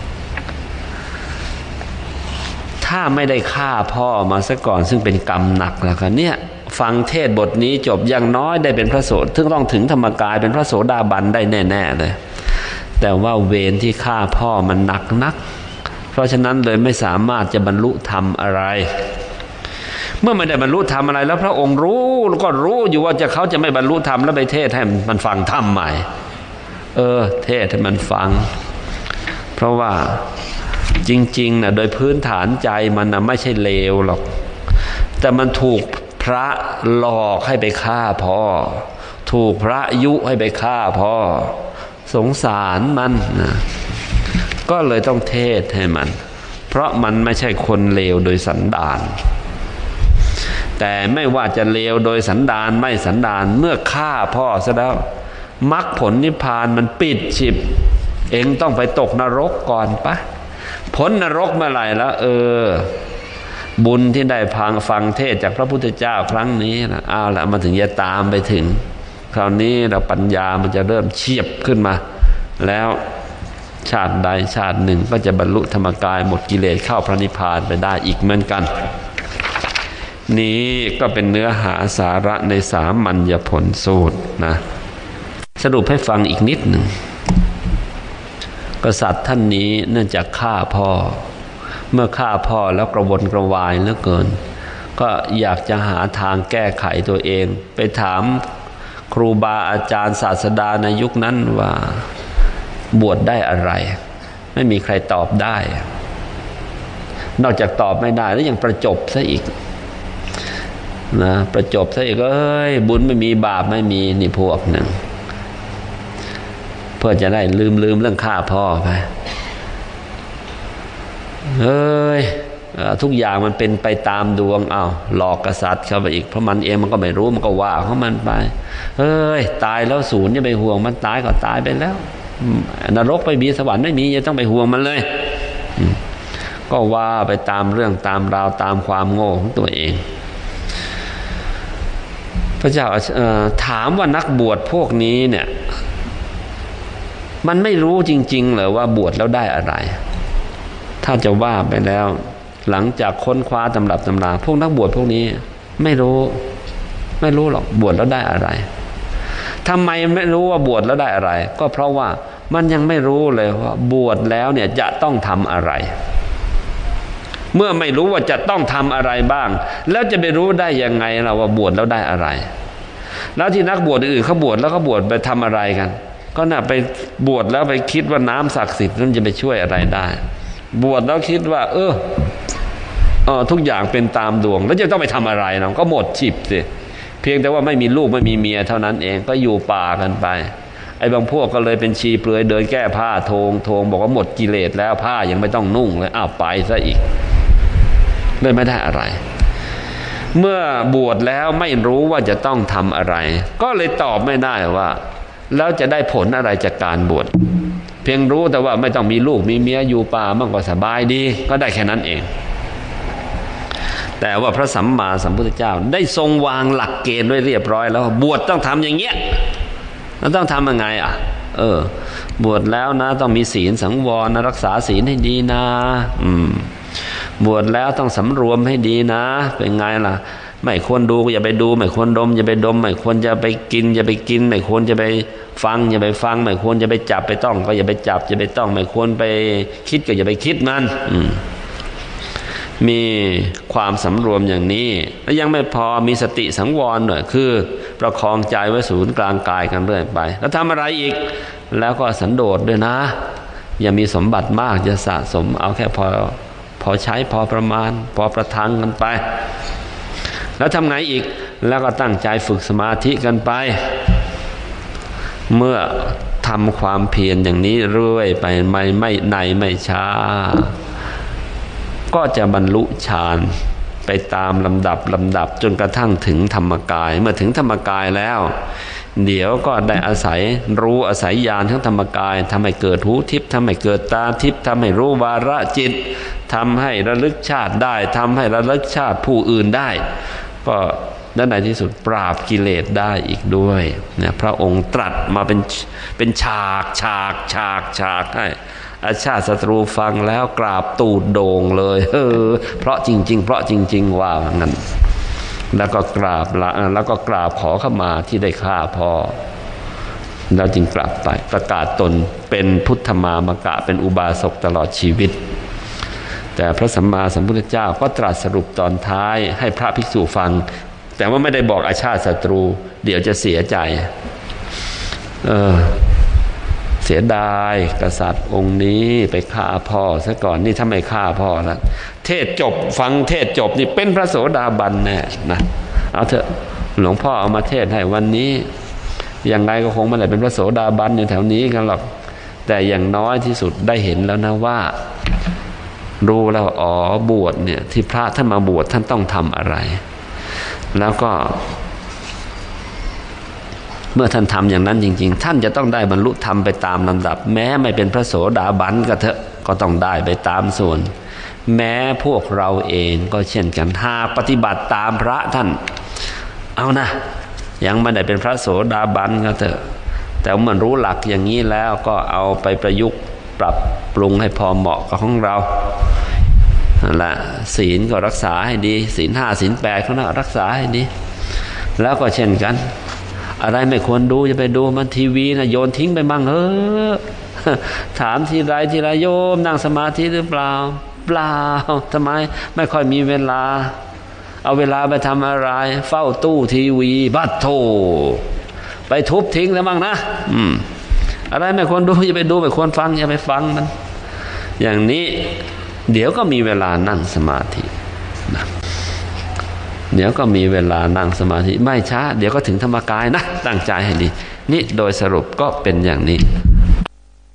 ถ้าไม่ได้ฆ่าพ่อมาซะก่อนซึ่งเป็นกรรมหนักแล้วกันเนี่ยฟังเทศบทนี้จบอย่างน้อยได้เป็นพระโสดถึงต้องถึงธรรมกายเป็นพระโสดาบันได้แน่ๆเลยแต่ว่าเวรที่ฆ่าพ่อมันหนักนักเพราะฉะนั้นเลยไม่สามารถจะบรรลุธรรมอะไรเมื่อไม่ได้บรรลุธรรมอะไรแล้วพระองค์รู้ก็รู้อยู่ว่าเขาจะไม่บรรลุธรรมแล้วไปเทศให้มันฟังธรรมใหม่เทศให้มันฟังเพราะว่าจริงๆนะโดยพื้นฐานใจมันนะไม่ใช่เลวหรอกแต่มันถูกพระหลอกให้ไปฆ่าพ่อถูกพระยุให้ไปฆ่าพ่อสงสารมันนะก็เลยต้องเทศให้มันเพราะมันไม่ใช่คนเลวโดยสันดานแต่ไม่ว่าจะเลวโดยสันดานไม่สันดานเมื่อฆ่าพ่อซะแล้วมรรคผลนิพพานมันปิดฉิบเองต้องไปตกนรกก่อนปะพ้นนรกเมื่อไหร่แล้วบุญที่ได้ฟังเทศจากพระพุทธเจ้าครั้งนี้นะเอาละมาถึงจะตามไปถึงคราวนี้เราปัญญามันจะเริ่มเฉียบขึ้นมาแล้วชาติใดชาติหนึ่งก็จะบรรลุธรรมกายหมดกิเลสเข้าพระนิพพานไปได้อีกเหมือนกันนี้ก็เป็นเนื้อหาสาระในสามัญญผลสูตรนะสรุปให้ฟังอีกนิดหนึ่งกษัตริย์ท่านนี้เนื่องจากฆ่าพ่อเมื่อฆ่าพ่อแล้วกระวนกระวายเหลือเกินก็อยากจะหาทางแก้ไขตัวเองไปถามครูบาอาจารย์ศาสดาในยุคนั้นว่าบวชได้อะไรไม่มีใครตอบได้นอกจากตอบไม่ได้แล้วยังประจบซะอีกนะประจบซะอีกบุญไม่มีบาปไม่มีนี่พวกหนึ่งเพื่อจะได้ลืมเรื่องฆ่าพ่อไปทุกอย่างมันเป็นไปตามดวงหลอกกษัตริย์เข้าไปอีกเพราะมันเองมันก็ไม่รู้มันก็ว่าของมันไปตายแล้วศูนย์อย่าไปห่วงมันตายก็ตายไปแล้วนรกไปมีสวรรค์ไม่มีอย่าต้องไปห่วงมันเลยก็ว่าไปตามเรื่องตามราวตามความโง่ของตัวเองพระเจ้าถามว่านักบวชพวกนี้เนี่ยมันไม่รู้จริงๆเหรอว่าบวชแล้วได้อะไรถ้าจะว่าไปแล้วหลังจากค้นคว้าตำรับตำราพวกนักบวชพวกนี้ไม่รู้หรอกบวชแล้วได้อะไรทำไมไม่รู้ว่าบวชแล้วได้อะไรก็เพราะว่ามันยังไม่รู้เลยว่าบวชแล้วเนี่ยจะต้องทำอะไรเมื่อไม่รู้ว่าจะต้องทำอะไรบ้างแล้วจะไปรู้ได้ยังไงเราว่าบวชแล้วได้อะไรแล้วที่นักบวชอื่นเขาบวชแล้วเขาบวชไปทำอะไรกันก็น่ะไปบวชแล้วไปคิดว่าน้ำศักดิ์สิทธิ์นั้นจะไปช่วยอะไรได้บวชแล้วคิดว่าทุกอย่างเป็นตามดวงแล้วจะต้องไปทำอะไรเนาะก็หมดชีพสิเพียงแต่ว่าไม่มีลูกไม่มีเมียเท่านั้นเองก็อยู่ป่ากันไปไอ้บางพวกก็เลยเป็นชีเปลือยเดินแก้ผ้าโทงบอกว่าหมดกิเลสแล้วผ้ายังไม่ต้องนุ่งเลยไปซะอีกเลยไม่ได้อะไรเมื่อบวชแล้วไม่รู้ว่าจะต้องทำอะไรก็เลยตอบไม่ได้ว่าแล้วจะได้ผลอะไรจากการบวชเพียงรู้แต่ว่าไม่ต้องมีลูกมีเมียอยู่ป่ามันก็สบายดีก็ได้แค่นั้นเองแต่ว่าพระสัมมาสัมพุทธเจ้าได้ทรงวางหลักเกณฑ์ไว้เรียบร้อยแล้วบวชต้องทำอย่างเงี้ยแล้วต้องทำยังไงบวชแล้วนะต้องมีศีลสังวรนะรักษาศีลให้ดีนะบวชแล้วต้องสำรวมให้ดีนะเป็นไงล่ะไม่ควรดูก็อย่าไปดูไม่ควรดมอย่าไปดมไม่ควรจะไปกินอย่าไปกินไม่ควรจะไปฟังอย่าไปฟังไม่ควรจะไปจับไปต้องก็อย่าไปจับอย่าไปต้องไม่ควรไปคิดก็อย่าไปคิดมันมีความสำรวมอย่างนี้แล้วยังไม่พอมีสติสังวรหน่อยคือประคองใจไว้ศูนย์กลางกายกันเรื่อยไปแล้วทำอะไรอีกแล้วก็สันโดษด้วยนะอย่ามีสมบัติมากจะสะสมเอาแค่พอใช้พอประมาณพอประทังกันไปแล้วทำไงอีกแล้วก็ตั้งใจฝึกสมาธิกันไปเมื่อทำความเพียรอย่างนี้เรื่อยไปไม่ช้าก็จะบรรลุฌานไปตามลำดับจนกระทั่งถึงธรรมกายเมื่อถึงธรรมกายแล้วเดี๋ยวก็ได้อาศัยญาณทั้งธรรมกายทำให้เกิดหูทิพย์ทำให้เกิดตาทิพย์ทำให้รู้วาระจิตทำให้ระลึกชาติได้ทำให้ระลึกชาติผู้อื่นได้ก็ด้านในที่สุดปราบกิเลสได้อีกด้วยเนี่ยพระองค์ตรัสมาเป็นฉากให้อาชาติศัตรูฟังแล้วกราบตูดโด่งเลยเพราะจริงว่างั้นแล้วก็กราบขอขมาที่ได้ฆ่าพ่อแล้วจึงกลับไปประกาศตนเป็นพุทธมามกะเป็นอุบาสกตลอดชีวิตแต่พระสัมมาสัมพุทธเจ้าก็ตรัสสรุปตอนท้ายให้พระภิกษุฟังแต่ว่าไม่ได้บอกอาชาติศัตรูเดี๋ยวจะเสียใจเสียดายกษัตริย์องค์นี้ไปฆ่าพ่อซะก่อนนี่ถ้าไม่ฆ่าพ่อแล้วเทศจบฟังเทศจบนี่เป็นพระโสดาบันแน่นะเอาเถอะหลวงพ่อเอามาเทศให้วันนี้ยังไงก็คงไม่ได้เป็นพระโสดาบันอยู่แถวนี้กันหรอกแต่อย่างน้อยที่สุดได้เห็นแล้วนะว่ารู้แล้วบวชเนี่ยที่พระท่านมาบวชท่านต้องทำอะไรแล้วก็เมื่อท่านทำอย่างนั้นจริงๆท่านจะต้องได้บรรลุธรรมไปตามลำดับแม้ไม่เป็นพระโสดาบันก็เถอะก็ต้องได้ไปตามส่วนแม้พวกเราเองก็เช่นกันหากปฏิบัติตามพระท่านเอานะยังไม่ได้เป็นพระโสดาบันก็เถอะแต่เมื่อรู้หลักอย่างนี้แล้วก็เอาไปประยุกต์ปรับปรุงให้พอเหมาะกับของเราละศีลก็รักษาให้ดีศีล 5 ศีล 8เขารักษาให้ดีแล้วก็เช่นกันอะไรไม่ควรดูจะไปดูมันทีวีนะโยนทิ้งไปมั่งถามทีไรโยมนั่งสมาธิหรือเปล่าทำไมไม่ค่อยมีเวลาเอาเวลาไปทำอะไรเฝ้าตู้ทีวีบัดโธไปทุบทิ้งแล้วมั่งนะอะไรไม่ควรดูอย่าไปดูไม่ควรฟังอย่าไปฟังมันอย่างนี้เดี๋ยวก็มีเวลานั่งสมาธินะเดี๋ยวก็มีเวลานั่งสมาธิไม่ช้าเดี๋ยวก็ถึงธรรมกายนะตั้งใจให้ดีนี่โดยสรุปก็เป็นอย่างนี้